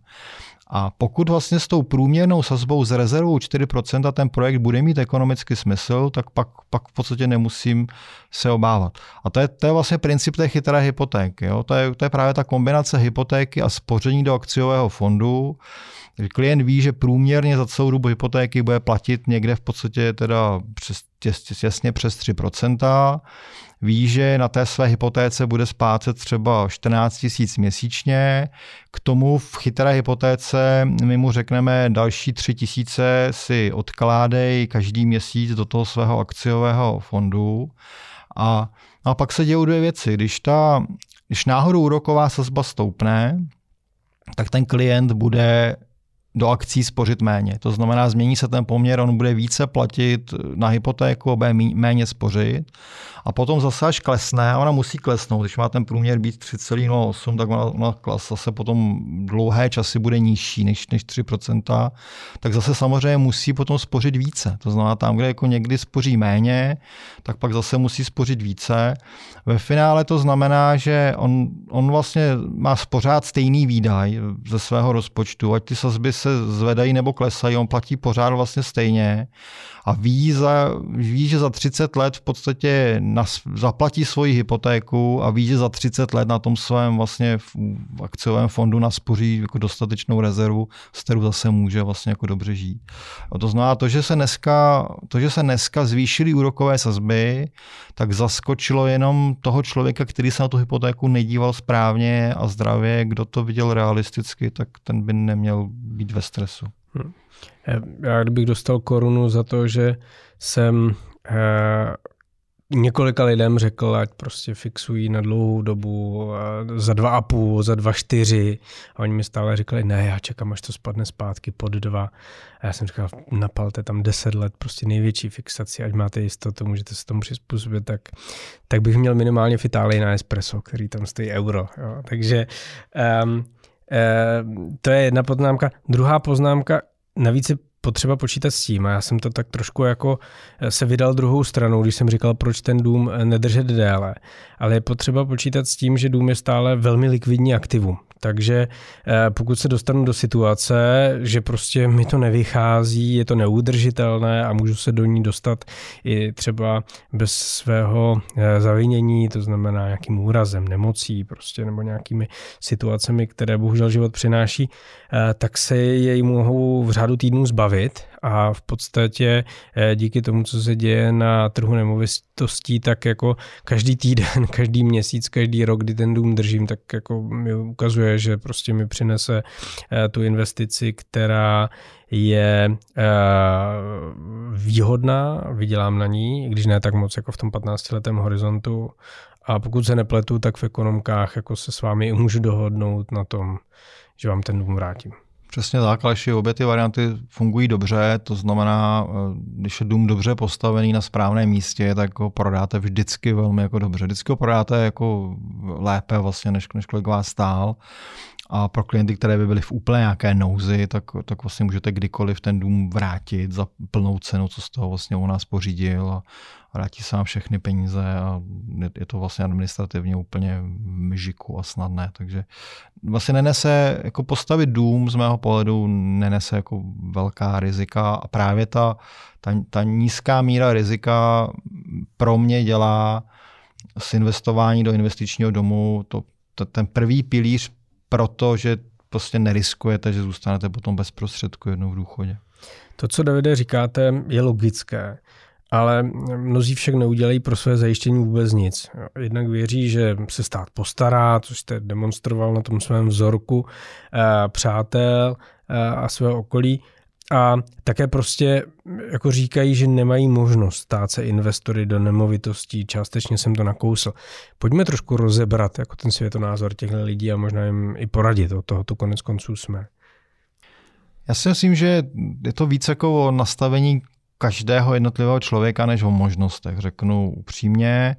A pokud vlastně s tou průměrnou sazbou s rezervou čtyři procenta ten projekt bude mít ekonomický smysl, tak pak, pak v podstatě nemusím se obávat. A to je, to je vlastně princip té chytré hypotéky. Jo? To, je, to je právě ta kombinace hypotéky a spoření do akciového fondu. Klient ví, že průměrně za celou dobu hypotéky bude platit někde v podstatě teda přes, těsně přes tři procenta. Ví, že na té své hypotéce bude splácet třeba čtrnáct tisíc měsíčně. K tomu v chytré hypotéce my mu řekneme další tři tisíce si odkládej každý měsíc do toho svého akciového fondu. A, a pak se dějou dvě věci. Když, ta, když náhodou úroková sazba stoupne, tak ten klient bude do akcí spořit méně. To znamená, změní se ten poměr, on bude více platit na hypotéku a bude méně spořit. A potom zase až klesne, a ona musí klesnout. Když má ten průměr být tři celá nula osm, tak ona, ona zase potom dlouhé časy bude nižší než, než tři procenta. Tak zase samozřejmě musí potom spořit více. To znamená, tam, kde jako někdy spoří méně, tak pak zase musí spořit více. Ve finále to znamená, že on, on vlastně má pořád stejný výdaj ze svého rozpočtu, ať ty sazby se zvedají nebo klesají, on platí pořád vlastně stejně a ví, za, ví že za třicet let v podstatě nas, zaplatí svoji hypotéku a ví, že za třicet let na tom svém vlastně v, v akciovém fondu naspoří jako dostatečnou rezervu, z kterou zase může vlastně jako dobře žít. A to znamená, to, že se dneska, to, že se dneska zvýšily úrokové sazby, tak zaskočilo jenom toho člověka, který se na tu hypotéku nedíval správně a zdravě, kdo to viděl realisticky, tak ten by neměl být ve stresu. Hmm. Já kdybych dostal korunu za to, že jsem eh, několika lidem řekl, ať prostě fixují na dlouhou dobu za dva a půl, za dva čtyři a oni mi stále říkali, ne, já čekám, až to spadne zpátky pod dva. A já jsem říkal, napalte tam deset let, prostě největší fixaci, ať máte jistotu, můžete se tomu přizpůsobit, tak, tak bych měl minimálně v Itálii na espresso, který tam stojí euro. Jo. Takže um, um, to je jedna poznámka. Druhá poznámka, navíc je potřeba počítat s tím, a já jsem to tak trošku jako se vydal druhou stranou, když jsem říkal, proč ten dům nedržet déle. Ale je potřeba počítat s tím, že dům je stále velmi likvidní aktivum. Takže pokud se dostanu do situace, že prostě mi to nevychází, je to neudržitelné a můžu se do ní dostat i třeba bez svého zavinění, to znamená nějakým úrazem, nemocí prostě, nebo nějakými situacemi, které bohužel život přináší, tak se jej mohou v řádu týdnů zbavit a v podstatě díky tomu, co se děje na trhu nemovitostí, tak jako každý týden, každý měsíc, každý rok, kdy ten dům držím, tak jako mi ukazuje, že prostě mi přinese tu investici, která je výhodná, vydělám na ní, i když ne tak moc jako v tom patnáctiletém horizontu. A pokud se nepletu, tak v ekonomkách jako se s vámi můžu dohodnout na tom, že vám ten dům vrátím. Přesně tak, ale obě ty varianty fungují dobře, to znamená, když je dům dobře postavený na správném místě, tak ho prodáte vždycky velmi jako dobře. Vždycky ho prodáte jako lépe vlastně, než, než kolik vás stál. A pro klienty, které by byly v úplně nějaké nouzi, tak, tak vlastně můžete kdykoliv ten dům vrátit za plnou cenu, co z toho vlastně u nás pořídil a vrátí se vám všechny peníze a je to vlastně administrativně úplně v myžiku a snadné. Takže vlastně nenese, jako postavit dům z mého pohledu nenese jako velká rizika a právě ta, ta, ta nízká míra rizika pro mě dělá z investování do investičního domu to, to, ten první pilíř, protože prostě neriskujete, že zůstanete potom bez prostředku jednou v důchodě. To, co, Davide, říkáte, je logické, ale mnozí však neudělají pro své zajištění vůbec nic. Jednak věří, že se stát postará, což jste demonstroval na tom svém vzorku eh, přátel eh, a svého okolí. A také prostě jako říkají, že nemají možnost stát se investory do nemovitostí. Částečně jsem to nakousl. Pojďme trošku rozebrat jako ten světonázor těchto lidí a možná jim i poradit. Od toho tu konec konců jsme. Já si myslím, že je to víc jako o nastavení každého jednotlivého člověka než o možnostech. Řeknu upřímně,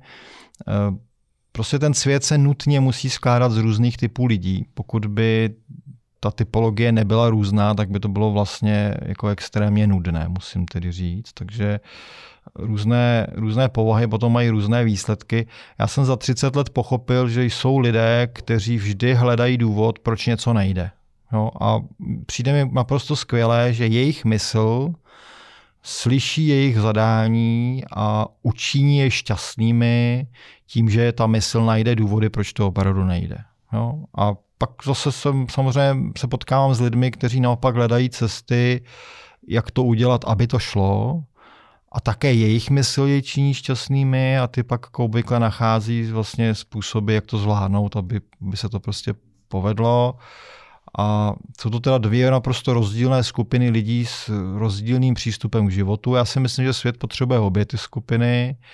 prostě ten svět se nutně musí skládat z různých typů lidí. Pokud by ta typologie nebyla různá, tak by to bylo vlastně jako extrémně nudné, musím tedy říct. Takže různé, různé povahy potom mají různé výsledky. Já jsem za třicet let pochopil, že jsou lidé, kteří vždy hledají důvod, proč něco nejde. Jo, a přijde mi naprosto skvělé, že jejich mysl slyší jejich zadání a učiní je šťastnými tím, že ta mysl najde důvody, proč to opravdu nejde. Jo, a pak zase jsem, samozřejmě se potkávám s lidmi, kteří naopak hledají cesty, jak to udělat, aby to šlo. A také jejich mysl je činí šťastnými a ty pak jako obvykle nachází vlastně způsoby, jak to zvládnout, aby, aby se to prostě povedlo. A jsou to teda dvě naprosto rozdílné skupiny lidí s rozdílným přístupem k životu. Já si myslím, že svět potřebuje obě ty skupiny.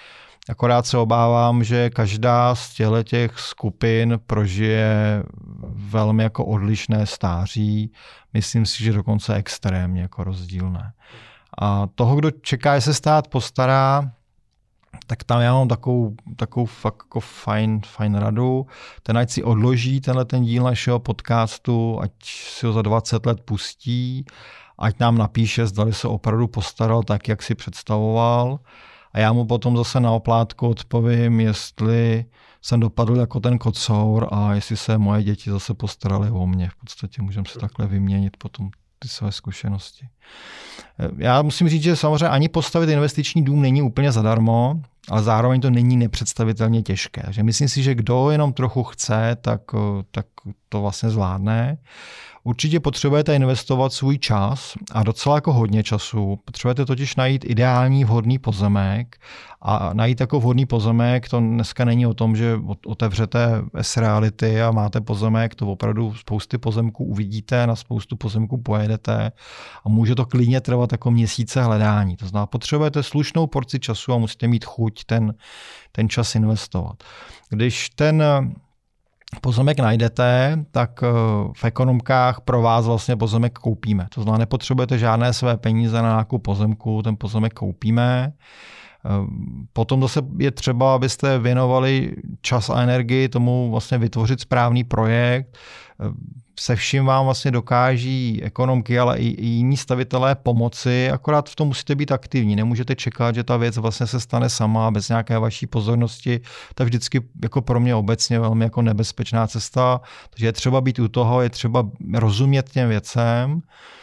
Akorát se obávám, že každá z těch skupin prožije velmi jako odlišné stáří. Myslím si, že dokonce extrémně jako rozdílné. A toho, kdo čeká, že se stát postará, tak tam já mám takovou, takovou fakt jako fajn, fajn radu. Ten ať si odloží tenhle ten díl našeho podcastu, ať si ho za dvacet let pustí, ať nám napíše, zdali se opravdu postaral tak, jak si představoval. A já mu potom zase na oplátku odpovím, jestli jsem dopadl jako ten kocour a jestli se moje děti zase postarali o mě. V podstatě můžeme se takhle vyměnit potom ty své zkušenosti. Já musím říct, že samozřejmě ani postavit investiční dům není úplně zadarmo, ale zároveň to není nepředstavitelně těžké. Takže myslím si, že kdo jenom trochu chce, tak, tak to vlastně zvládne. Určitě potřebujete investovat svůj čas a docela jako hodně času. Potřebujete totiž najít ideální vhodný pozemek a najít jako vhodný pozemek, to dneska není o tom, že otevřete S-Reality a máte pozemek, to opravdu spousty pozemků uvidíte, na spoustu pozemků pojedete a může to klidně trvat jako měsíce hledání. To znamená, potřebujete slušnou porci času a musíte mít chuť ten, ten čas investovat. Když ten pozemek najdete, tak v ekonomkách pro vás vlastně pozemek koupíme. To znamená, nepotřebujete žádné své peníze na nákup pozemku, ten pozemek koupíme. Potom zase je třeba, abyste věnovali čas a energii tomu vlastně vytvořit správný projekt. Se vším vám vlastně dokáží ekonomky, ale i, i jiní stavitelé pomoci, akorát v tom musíte být aktivní. Nemůžete čekat, že ta věc vlastně se stane sama bez nějaké vaší pozornosti. To je vždycky jako pro mě obecně velmi jako nebezpečná cesta. Takže je třeba být u toho, je třeba rozumět těm věcem.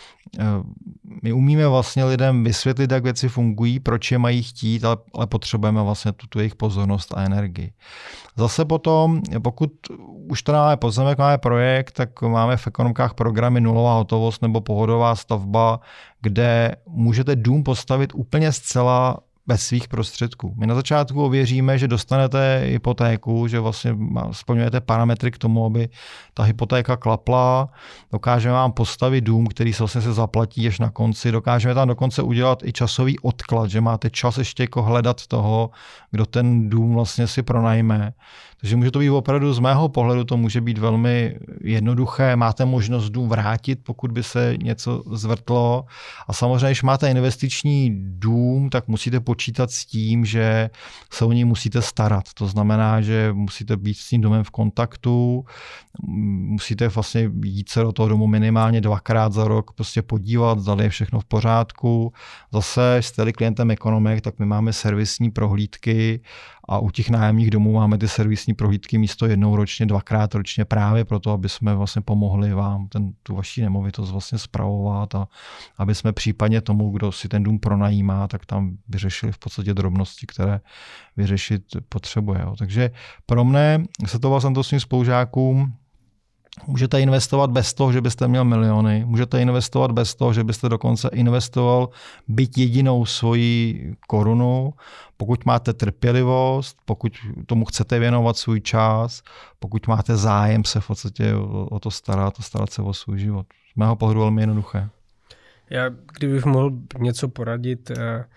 My umíme vlastně lidem vysvětlit, jak věci fungují, proč je mají chtít, ale, ale potřebujeme vlastně tu, tu jejich pozornost a energii. Zase potom, pokud už to máme pozemek, máme projekt, tak máme v ekonomkách programy nulová hotovost nebo pohodová stavba, kde můžete dům postavit úplně zcela bez svých prostředků. My na začátku ověříme, že dostanete hypotéku, že vlastně splňujete parametry k tomu, aby ta hypotéka klapla. Dokážeme vám postavit dům, který se vlastně se zaplatí až na konci. Dokážeme tam dokonce udělat i časový odklad, že máte čas ještě jako hledat toho, kdo ten dům vlastně si pronajme. Takže může to být opravdu z mého pohledu, to může být velmi jednoduché. Máte možnost dům vrátit, pokud by se něco zvrtlo. A samozřejmě, když máte investiční dům, tak musíte počítat s tím, že se o něj musíte starat. To znamená, že musíte být s tím domem v kontaktu, musíte vlastně jít se do toho domu minimálně dvakrát za rok, prostě podívat, zda je všechno v pořádku. Zase, jste-li klientem ekonomek, tak my máme servisní prohlídky a u těch nájemních domů máme ty servisní prohlídky místo jednou ročně, dvakrát ročně právě proto, aby jsme vlastně pomohli vám ten, tu vaši nemovitost vlastně spravovat a aby jsme případně tomu, kdo si ten dům pronajímá, tak tam vyřešili v podstatě drobnosti, které vyřešit potřebuje. Jo. Takže pro mne se to vlastně to svým spolužákům můžete investovat bez toho, že byste měl miliony. Můžete investovat bez toho, že byste dokonce investoval byť jedinou svoji korunu. Pokud máte trpělivost, pokud tomu chcete věnovat svůj čas, pokud máte zájem se v podstatě o to starat, o starat se o svůj život. Z mého pohledu velmi jednoduché. Já, kdybych mohl něco poradit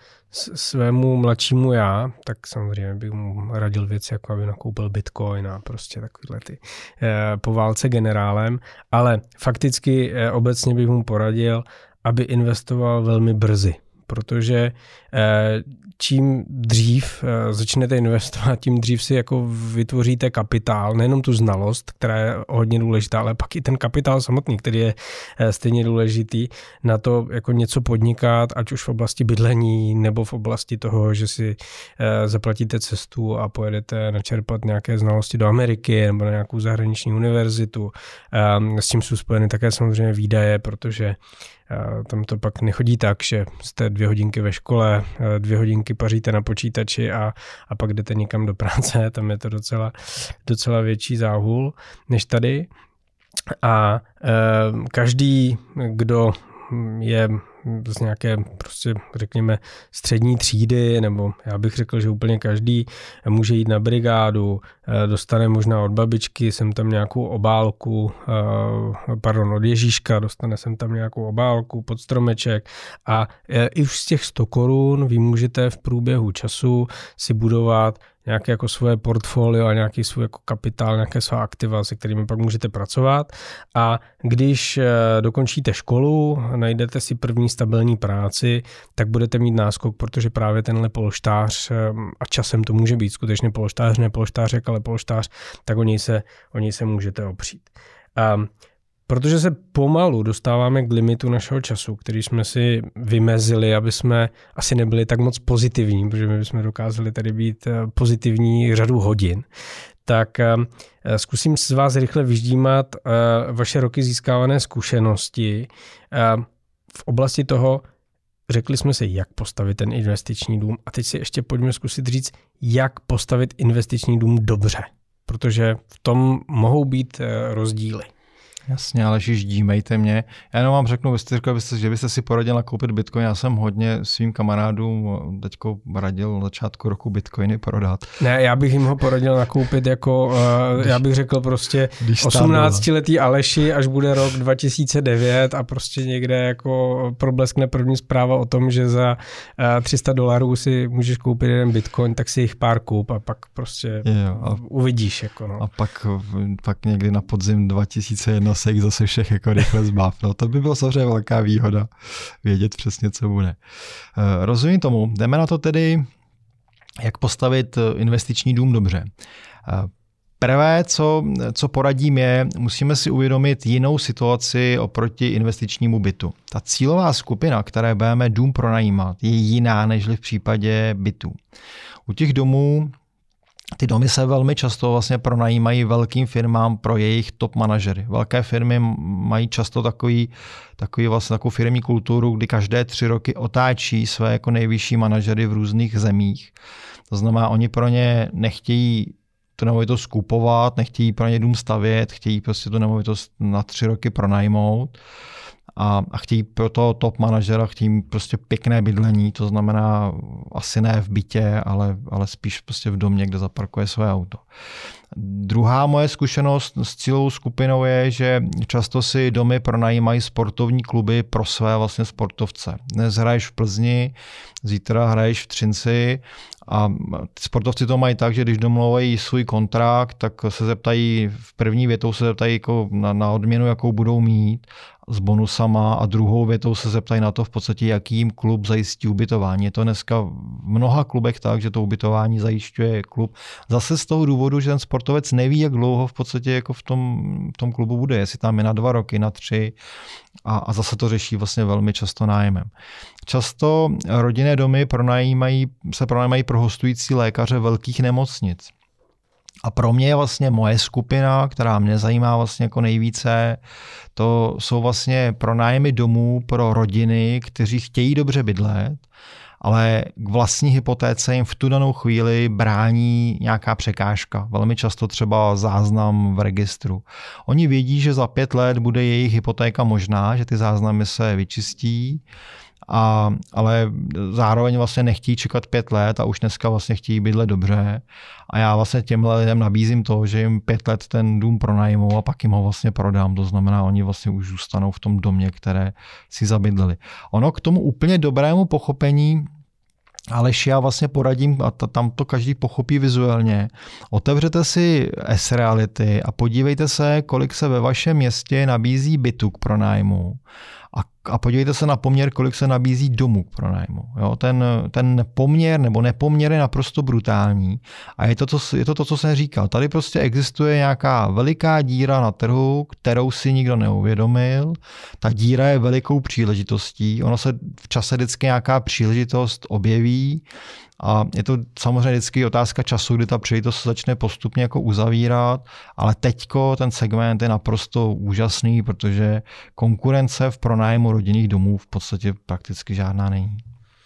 svému mladšímu já, tak samozřejmě bych mu radil věci, jako aby nakoupil bitcoin a prostě takovýhle ty po válce generálem, ale fakticky obecně bych mu poradil, aby investoval velmi brzy, protože čím dřív začnete investovat, tím dřív si jako vytvoříte kapitál, nejenom tu znalost, která je hodně důležitá, ale pak i ten kapitál samotný, který je stejně důležitý na to jako něco podnikat, ať už v oblasti bydlení nebo v oblasti toho, že si zaplatíte cestu a pojedete načerpat nějaké znalosti do Ameriky nebo na nějakou zahraniční univerzitu. S tím jsou spojeny také samozřejmě výdaje, protože tam to pak nechodí tak, že jste dvě hodinky ve škole, dvě hodinky paříte na počítači a, a pak jdete někam do práce, tam je to docela, docela větší záhul než tady. A e, každý, kdo je z nějaké prostě řekněme střední třídy, nebo já bych řekl, že úplně každý může jít na brigádu, dostane možná od babičky, sem tam nějakou obálku, pardon, od Ježíška, dostane sem tam nějakou obálku pod stromeček a i už z těch sto korun vy můžete v průběhu času si budovat nějaké jako svoje portfolio a nějaký svůj jako kapitál, nějaké svá aktiva, se kterými pak můžete pracovat. A když dokončíte školu, najdete si první stabilní práci, tak budete mít náskok, protože právě tenhle polštář, a časem to může být skutečně polštář, ne polštářek, ale polštář, tak o něj se, o něj se můžete opřít. Um, Protože se pomalu dostáváme k limitu našeho času, který jsme si vymezili, aby jsme asi nebyli tak moc pozitivní, protože my bychom dokázali tady být pozitivní řadu hodin, tak zkusím z vás rychle vyždímat vaše roky získávané zkušenosti v oblasti toho, řekli jsme si, jak postavit ten investiční dům a teď si ještě pojďme zkusit říct, jak postavit investiční dům dobře, protože v tom mohou být rozdíly. Jasně, ale ždímejte mě. Já jenom vám řeknu, vy jste říkal, že byste si poradil nakoupit bitcoin. Já jsem hodně svým kamarádům teďko radil na začátku roku bitcoiny prodat. Ne, já bych jim ho poradil nakoupit jako, uh, já bych řekl prostě osmnáctiletý Aleši, až bude rok dva tisíce devět a prostě někde jako probleskne první zpráva o tom, že za uh, tři sta dolarů si můžeš koupit jeden bitcoin, tak si jich pár koup a pak prostě jo, a, uvidíš. Jako no. A pak, pak někdy na podzim dva tisíce jedna se jich zase všech jako rychle zbav. No, to by bylo samozřejmě velká výhoda vědět přesně, co bude. Rozumím tomu. Jdeme na to tedy, jak postavit investiční dům dobře. Prvé, co, co poradím je, musíme si uvědomit jinou situaci oproti investičnímu bytu. Ta cílová skupina, které budeme dům pronajímat, je jiná než v případě bytů. U těch domů Ty domy se velmi často vlastně pronajímají velkým firmám pro jejich top manažery. Velké firmy mají často takový, takový vlastně takovou firmní kulturu, kdy každé tři roky otáčí své jako nejvyšší manažery v různých zemích. To znamená, oni pro ně nechtějí tu nemovitost kupovat, nechtějí pro ně dům stavět, chtějí prostě tu nemovitost na tři roky pronajmout. A, a chtějí pro toho top manažera, chtějí prostě pěkné bydlení, to znamená asi ne v bytě, ale, ale spíš prostě v domě, kde zaparkuje své auto. Druhá moje zkušenost s cílovou skupinou je, že často si domy pronajímají sportovní kluby pro své vlastně sportovce. Dnes hraješ v Plzni, zítra hraješ v Třinci a sportovci to mají tak, že když domlouvají svůj kontrakt, tak se zeptají, v první větou se zeptají jako na, na odměnu, jakou budou mít s bonusama a druhou větou se zeptají na to v podstatě, jaký jim klub zajistí ubytování. Je to dneska v mnoha klubech tak, že to ubytování zajišťuje klub. Zase z toho důvodu, že ten sportovec neví, jak dlouho v podstatě jako v tom, v tom klubu bude, jestli tam je na dva roky, na tři a, a zase to řeší vlastně velmi často nájmem. Často rodinné domy pronajímají, se pronajímají pro hostující lékaře velkých nemocnic. A pro mě je vlastně moje skupina, která mě zajímá vlastně jako nejvíce, to jsou vlastně pronájmy domů pro rodiny, kteří chtějí dobře bydlet, ale k vlastní hypotéce jim v tu danou chvíli brání nějaká překážka. Velmi často třeba záznam v registru. Oni vědí, že za pět let bude jejich hypotéka možná, že ty záznamy se vyčistí, A, ale zároveň vlastně nechtějí čekat pět let a už dneska vlastně chtějí bydlet dobře. A já vlastně těmhle lidem nabízím to, že jim pět let ten dům pronajmou a pak jim ho vlastně prodám. To znamená, oni vlastně už zůstanou v tom domě, které si zabydleli. Ono k tomu úplně dobrému pochopení, Aleši, já vlastně poradím, a tam to každý pochopí vizuálně. Otevřete si S-Reality a podívejte se, kolik se ve vašem městě nabízí bytu k pronájmu. A, a podívejte se na poměr, kolik se nabízí domů k pronájmu. Jo, ten, ten poměr nebo nepoměr je naprosto brutální. A je to, to, je to to, co jsem říkal. Tady prostě existuje nějaká veliká díra na trhu, kterou si nikdo neuvědomil. Ta díra je velikou příležitostí. Ono se v čase vždycky nějaká příležitost objeví. A je to samozřejmě vždycky otázka času, kdy ta příležitost se začne postupně jako uzavírat, ale teďko ten segment je naprosto úžasný, protože konkurence v pronájmu rodinných domů v podstatě prakticky žádná není.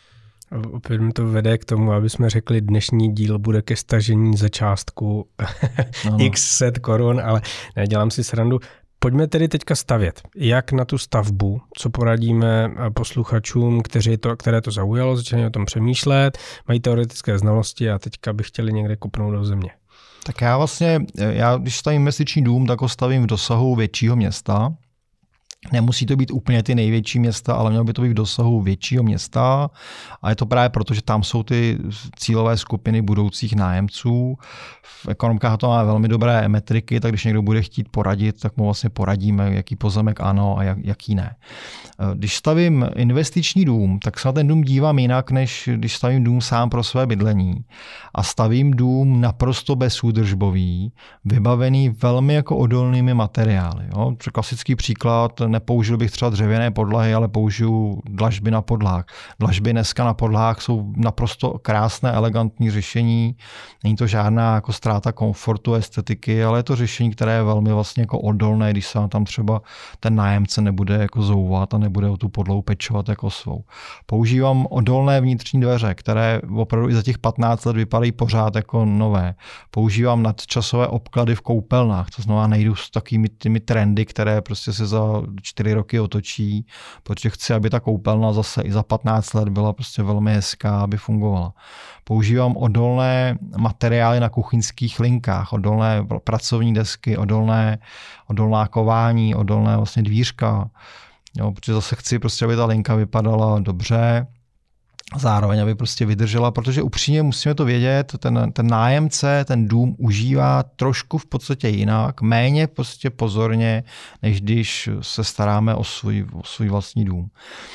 Opět mi to vede k tomu, aby jsme řekli, dnešní díl bude ke stažení za částku x set korun, ale nedělám si srandu. Pojďme tedy teďka stavět. Jak na tu stavbu, co poradíme posluchačům, kteří to, které to zaujalo, začínají o tom přemýšlet, mají teoretické znalosti a teďka by chtěli někde kopnout do země. Tak já vlastně, já když stavím investiční dům, tak ho stavím v dosahu většího města. Nemusí to být úplně ty největší města, ale mělo by to být v dosahu většího města. A je to právě proto, že tam jsou ty cílové skupiny budoucích nájemců. V ekonomikách to má velmi dobré metriky, tak když někdo bude chtít poradit, tak mu vlastně poradíme, jaký pozemek ano a jak, jaký ne. Když stavím investiční dům, tak se na ten dům dívám jinak, než když stavím dům sám pro své bydlení. A stavím dům naprosto bezúdržbový, vybavený velmi jako odolnými materiály. Jo? Klasický příklad, nepoužil bych třeba dřevěné podlahy, ale použiju dlažby na podlách. Dlažby dneska na podlách jsou naprosto krásné, elegantní řešení. Není to žádná jako ztráta komfortu, estetiky, ale je to řešení, které je velmi vlastně jako odolné, když se tam třeba ten nájemce nebude jako zouvat a nebude o tu podlahu pečovat jako svou. Používám odolné vnitřní dveře, které opravdu i za těch patnáct let vypadají pořád jako nové. Používám nadčasové obklady v koupelnách, to znamená nejdu s takovými těmi trendy, které prostě se za čtyři roky otočí, protože chci, aby ta koupelna zase i za patnáct let byla prostě velmi hezká, aby fungovala. Používám odolné materiály na kuchyňských linkách, odolné pracovní desky, odolné, odolná kování, odolné vlastně dvířka. Jo, protože zase chci, prostě, aby ta linka vypadala dobře, zároveň, aby prostě vydržela, protože upřímně musíme to vědět, ten, ten nájemce ten dům užívá trošku v podstatě jinak, méně prostě pozorně, než když se staráme o svůj, o svůj vlastní dům.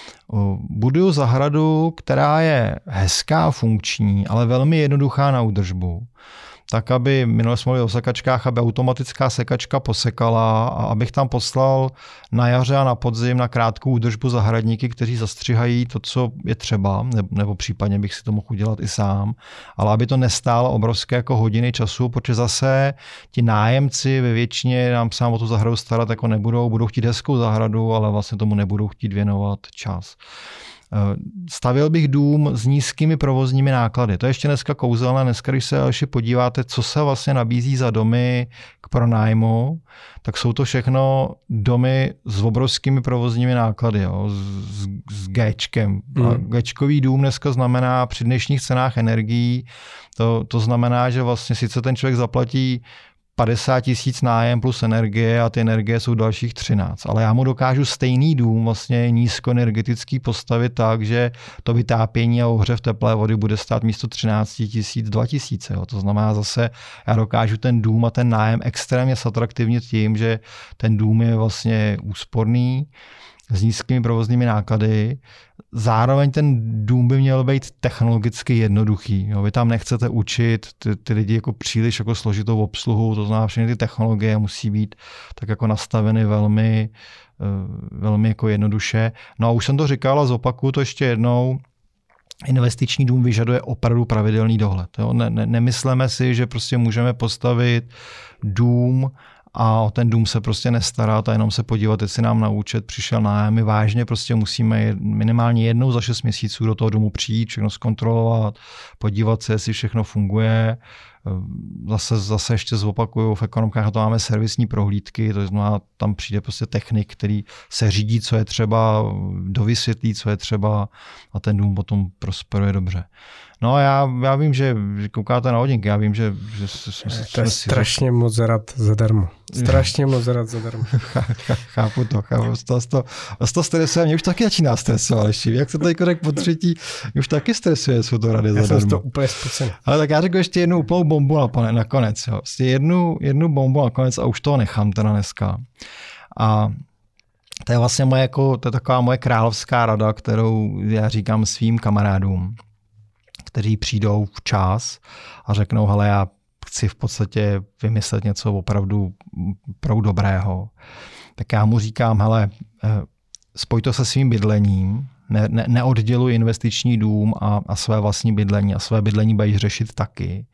Buduju zahradu, která je hezká, funkční, ale velmi jednoduchá na údržbu. Tak, aby, minule jsme mluvili o sekačkách, aby automatická sekačka posekala a abych tam poslal na jaře a na podzim na krátkou údržbu zahradníky, kteří zastřihají to, co je třeba, nebo případně bych si to mohl udělat i sám, ale aby to nestálo obrovské jako hodiny času, protože zase ti nájemci ve většině nám sám o tu zahradu starat jako nebudou, budou chtít hezkou zahradu, ale vlastně tomu nebudou chtít věnovat čas. Stavil bych dům s nízkými provozními náklady. To je ještě dneska kouzelné. Dneska, když se ještě podíváte, co se vlastně nabízí za domy k pronájmu, tak jsou to všechno domy s obrovskými provozními náklady, jo, s, s Gčkem. Mm. A Gčkový dům dneska znamená při dnešních cenách energií, to, to znamená, že vlastně sice ten člověk zaplatí padesát tisíc nájem plus energie a ty energie jsou dalších třináct. Ale já mu dokážu stejný dům vlastně nízkoenergetický postavit tak, že to vytápění a ohřev teplé vody bude stát místo třináct tisíc dva tisíce. To znamená zase, já dokážu ten dům a ten nájem extrémně zatraktivnit tím, že ten dům je vlastně úsporný, s nízkými provozními náklady. Zároveň ten dům by měl být technologicky jednoduchý. Jo. Vy tam nechcete učit ty, ty lidi jako příliš jako složitou obsluhu, to znamená, všechny ty technologie musí být tak jako nastaveny velmi, velmi jako jednoduše. No a už jsem to říkal a zopakuju to ještě jednou. Investiční dům vyžaduje opravdu pravidelný dohled. Jo. Ne, ne, nemysleme si, že prostě můžeme postavit dům a o ten dům se prostě nestarat a jenom se podívat, jestli nám na účet přišel nájem. My vážně prostě musíme minimálně jednou za šest měsíců do toho domu přijít, všechno zkontrolovat, podívat se, jestli všechno funguje. Zase, zase ještě zopakuju, v ekonomikách to máme servisní prohlídky, to znamená, tam přijde prostě technik, který se řídí, co je třeba, dovysvětlí, co je třeba a ten dům potom prosperuje dobře. No já, já vím, že koukáte na hodinky, já vím, že... že jsme, to je strašně si... moc rád zadarmo. Strašně moc rád zadarmo. Chápu to, chápu. Z toho, z toho, z toho stresuje, mě už taky začíná stresovat, ještě. Jak se tady korek po třetí, mě už taky stresuje, jsou to rady já zadarmo. Já jsem to úplně spocený. Ale tak já řekl ještě jednu úplnou bombu nakonec. Jo. Jednu, jednu bombu nakonec a už toho nechám teda dneska. A to je vlastně moje, jako, to je taková moje královská rada, kterou já říkám svým kamarádům, kteří přijdou včas a řeknou, hele, já chci v podstatě vymyslet něco opravdu, opravdu dobrého. Tak já mu říkám, hele, spoj to se svým bydlením, ne, ne, neodděluj investiční dům a, a své vlastní bydlení a své bydlení budeš řešit taky.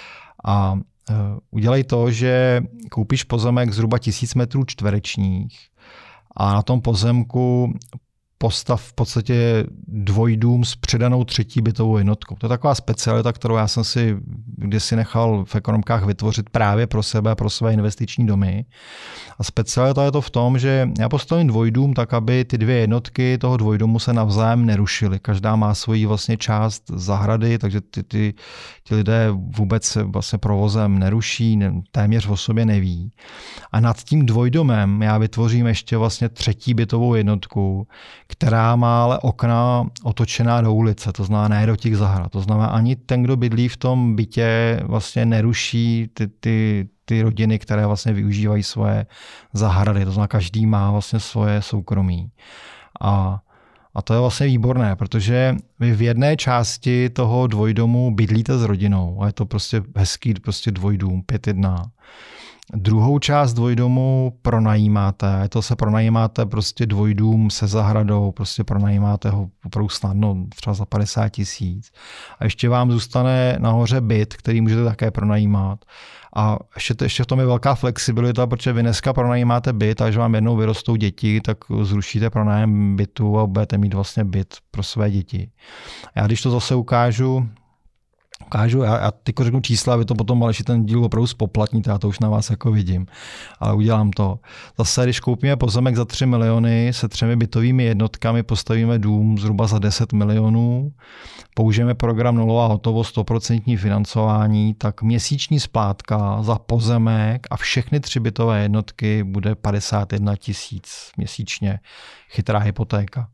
A uh, udělej to, že koupíš pozemek zhruba tisíc metrů čtverečních a na tom pozemku postav v podstatě dvojdům s přidanou třetí bytovou jednotkou. To je taková specialita, kterou já jsem si kdysi nechal v ekonomkách vytvořit právě pro sebe a pro své investiční domy. A specialita je to v tom, že já postavím dvojdům tak, aby ty dvě jednotky toho dvojdomu se navzájem nerušily. Každá má svoji vlastně část zahrady, takže ty, ty, ty lidé vůbec se vlastně provozem neruší, ne, téměř o sobě neví. A nad tím dvojdomem já vytvořím ještě vlastně třetí bytovou jednotku, která má ale okna otočená do ulice, to znamená ne do těch zahrad. To znamená, ani ten, kdo bydlí v tom bytě, vlastně neruší ty, ty, ty rodiny, které vlastně využívají svoje zahrady. To znamená, každý má vlastně svoje soukromí. A, a to je vlastně výborné, protože vy v jedné části toho dvojdomu bydlíte s rodinou a je to prostě hezký prostě dvojdům, pět jedna. Druhou část dvojdomu pronajímáte, to se pronajímáte prostě dvojdům se zahradou, prostě pronajímáte ho opravdu snadno, třeba za padesát tisíc. A ještě vám zůstane nahoře byt, který můžete také pronajímat. A ještě, ještě v tom je velká flexibilita, protože vy dneska pronajímáte byt a když vám jednou vyrostou děti, tak zrušíte pronájem bytu a budete mít vlastně byt pro své děti. Já když to zase ukážu, Ukážu, já, já teď řeknu čísla, a vy to potom Aleši ten díl opravdu spoplatníte, já to už na vás jako vidím, ale udělám to. Zase, když koupíme pozemek za tři miliony, se třemi bytovými jednotkami postavíme dům zhruba za deset milionů, použijeme program nulová hotovost, sto procent financování, tak měsíční splátka za pozemek a všechny tři bytové jednotky bude padesát jedna tisíc měsíčně, chytrá hypotéka.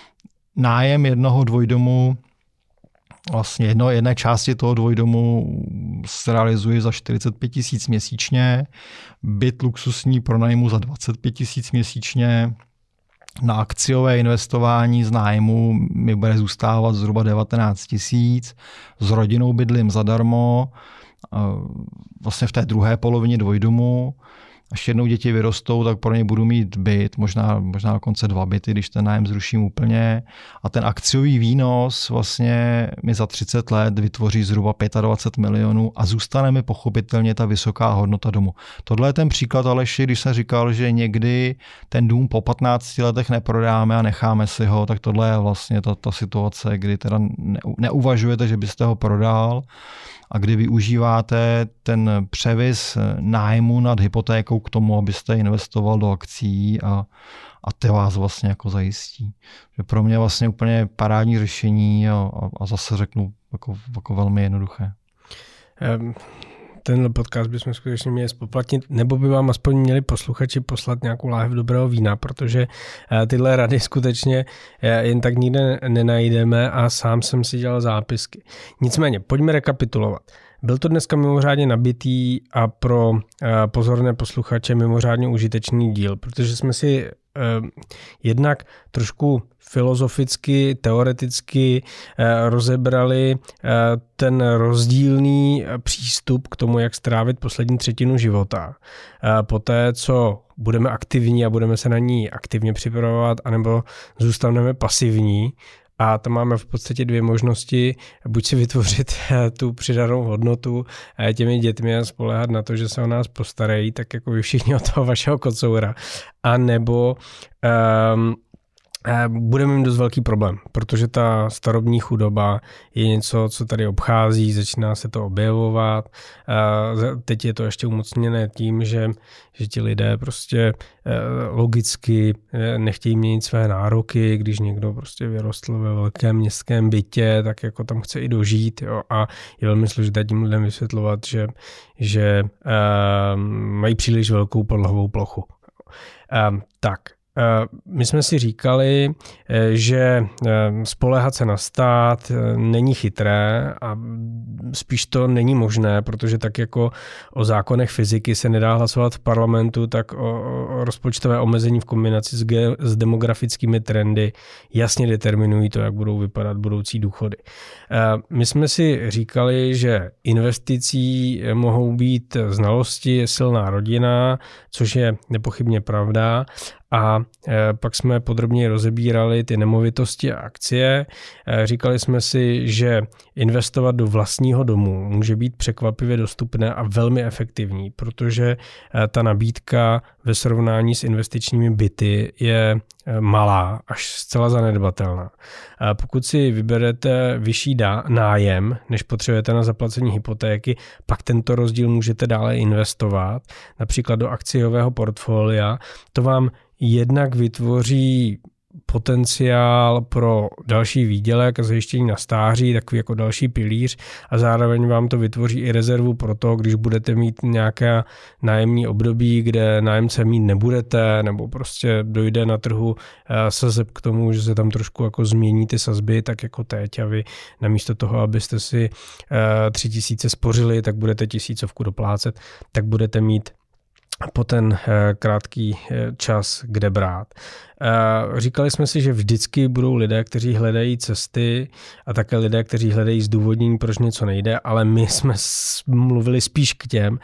Nájem jednoho dvojdomu Vlastně jedno, jedné části toho dvojdomu se realizuje za čtyřicet pět tisíc měsíčně, byt luxusní pronajmu za dvacet pět tisíc měsíčně, na akciové investování z nájmu mi bude zůstávat zhruba devatenáct tisíc, s rodinou bydlím zadarmo, vlastně v té druhé polovině dvojdomu. Až jednou děti vyrostou, tak pro ně budu mít byt, možná, možná dokonce dva byty, když ten nájem zruším úplně. A ten akciový výnos vlastně mi za třicet let vytvoří zhruba dvacet pět milionů a zůstane mi pochopitelně ta vysoká hodnota domu. Tohle je ten příklad, Aleši, když jsem říkal, že někdy ten dům po patnácti letech neprodáme a necháme si ho, tak tohle je vlastně ta, ta situace, kdy teda ne, neuvažujete, že byste ho prodal, a kdy využíváte ten převis nájmu nad hypotékou k tomu, abyste investoval do akcí a, a ty vás vlastně jako zajistí. Že pro mě vlastně úplně parádní řešení a, a zase řeknu jako, jako velmi jednoduché. Um. Tenhle podcast bychom skutečně měli spoplatnit, nebo by vám aspoň měli posluchači poslat nějakou láhev dobrého vína, protože tyhle rady skutečně jen tak nikde nenajdeme a sám jsem si dělal zápisky. Nicméně, pojďme rekapitulovat. Byl to dneska mimořádně nabitý a pro pozorné posluchače mimořádně užitečný díl, protože jsme si jednak trošku filozoficky, teoreticky rozebrali ten rozdílný přístup k tomu, jak strávit poslední třetinu života. Poté, co budeme aktivní a budeme se na ní aktivně připravovat, anebo zůstaneme pasivní. A tam máme v podstatě dvě možnosti, buď si vytvořit tu přidanou hodnotu těmi dětmi a spoléhat na to, že se o nás postarají, tak jako vy všichni od toho vašeho kocoura, a nebo um, budeme mít dost velký problém, protože ta starobní chudoba je něco, co tady obchází, začíná se to objevovat. Teď je to ještě umocněné tím, že, že ti lidé prostě logicky nechtějí měnit své nároky, když někdo prostě vyrostl ve velkém městském bytě, tak jako tam chce i dožít, jo, a je velmi složité tím lidem vysvětlovat, že, že mají příliš velkou podlahovou plochu. Tak. My jsme si říkali, že spoléhat se na stát není chytré a spíš to není možné, protože tak jako o zákonech fyziky se nedá hlasovat v parlamentu, tak o rozpočtové omezení v kombinaci s, ge- s demografickými trendy jasně determinují to, jak budou vypadat budoucí důchody. My jsme si říkali, že investicí mohou být znalosti, silná rodina, což je nepochybně pravda. A pak jsme podrobně rozebírali ty nemovitosti a akcie. Říkali jsme si, že investovat do vlastního domu může být překvapivě dostupné a velmi efektivní, protože ta nabídka ve srovnání s investičními byty je malá až zcela zanedbatelná. Pokud si vyberete vyšší nájem, než potřebujete na zaplacení hypotéky, pak tento rozdíl můžete dále investovat, například do akciového portfolia. To vám jednak vytvoří potenciál pro další výdělek a zajištění na stáří, takový jako další pilíř, a zároveň vám to vytvoří i rezervu pro to, když budete mít nějaké nájemní období, kde nájemce mít nebudete, nebo prostě dojde na trhu sazeb k tomu, že se tam trošku jako změní ty sazby, tak jako teď, a vy namísto toho, abyste si tři tisíce spořili, tak budete tisícovku doplácet, tak budete mít po ten krátký čas kde brát. Říkali jsme si, že vždycky budou lidé, kteří hledají cesty, a také lidé, kteří hledají zdůvodnění, proč něco nejde, ale my jsme mluvili spíš k těm,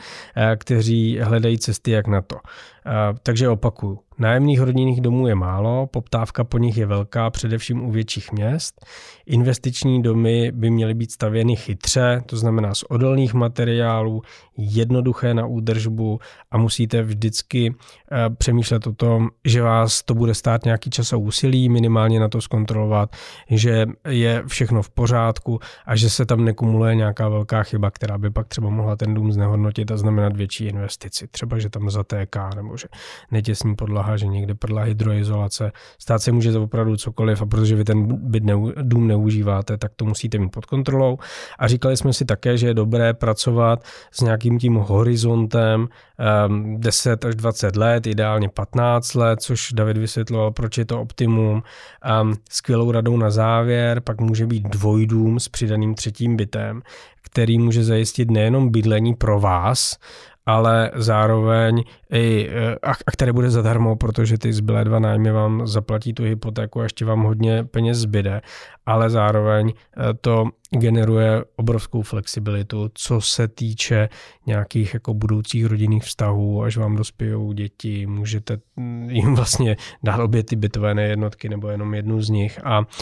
kteří hledají cesty, jak na to. Takže opakuju. Nájemných rodinných domů je málo, poptávka po nich je velká, především u větších měst. Investiční domy by měly být stavěny chytře, to znamená z odolných materiálů, jednoduché na údržbu, a musíte vždycky přemýšlet o tom, že vás to bude stát nějaký čas a úsilí, minimálně na to zkontrolovat, že je všechno v pořádku a že se tam nekumuluje nějaká velká chyba, která by pak třeba mohla ten dům znehodnotit a znamenat větší investici. Třeba, že tam zatéká, nebo že netěsní podlaha, že někde prdla hydroizolace. Stát se může opravdu cokoliv, a protože vy ten byt neu, dům neužíváte, tak to musíte mít pod kontrolou. A říkali jsme si také, že je dobré pracovat s nějakým tím horizontem um, deset až dvacet let, ideálně patnáct let, což David vysvětloval, proč je to optimum. Um, skvělou radou na závěr pak může být dvojdům s přidaným třetím bytem, který může zajistit nejenom bydlení pro vás, ale zároveň i, a, a které bude zadarmo, protože ty zbylé dva nájmy vám zaplatí tu hypotéku a ještě vám hodně peněz zbyde, ale zároveň to generuje obrovskou flexibilitu, co se týče nějakých jako budoucích rodinných vztahů, až vám dospějou děti, můžete jim vlastně dát obě ty bytové nejednotky nebo jenom jednu z nich, a, a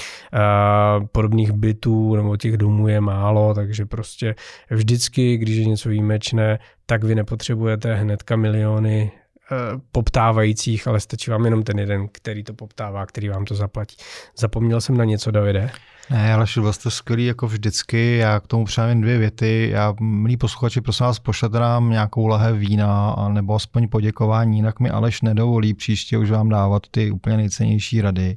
podobných bytů nebo těch domů je málo, takže prostě vždycky, když je něco výjimečné, tak vy nepotřebujete hnedka miliony poptávajících, ale stačí vám jenom ten jeden, který to poptává, který vám to zaplatí. Zapomněl jsem na něco, Davide? Ne, ale byl jste skvělý jako vždycky, já k tomu přijám dvě věty. Já, milí posluchači, prosím vás, pošlete nám nějakou lahev vína nebo aspoň poděkování, jinak mi Aleš nedovolí příště už vám dávat ty úplně nejcennější rady.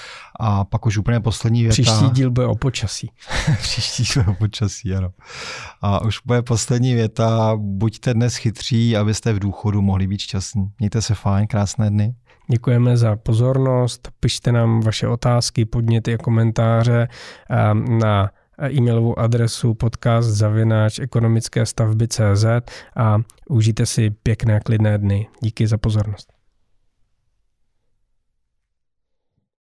A pak už úplně poslední věta. Příští díl bude o počasí. Příští díl bude o počasí, ano. A už bude poslední věta. Buďte dnes chytří, abyste v důchodu mohli být šťastní. Mějte se fajn, krásné dny. Děkujeme za pozornost. Pište nám vaše otázky, podněty a komentáře na e-mailovou adresu podcast zavináč ekonomické stavby tečka cé zet a užijte si pěkné klidné dny. Díky za pozornost.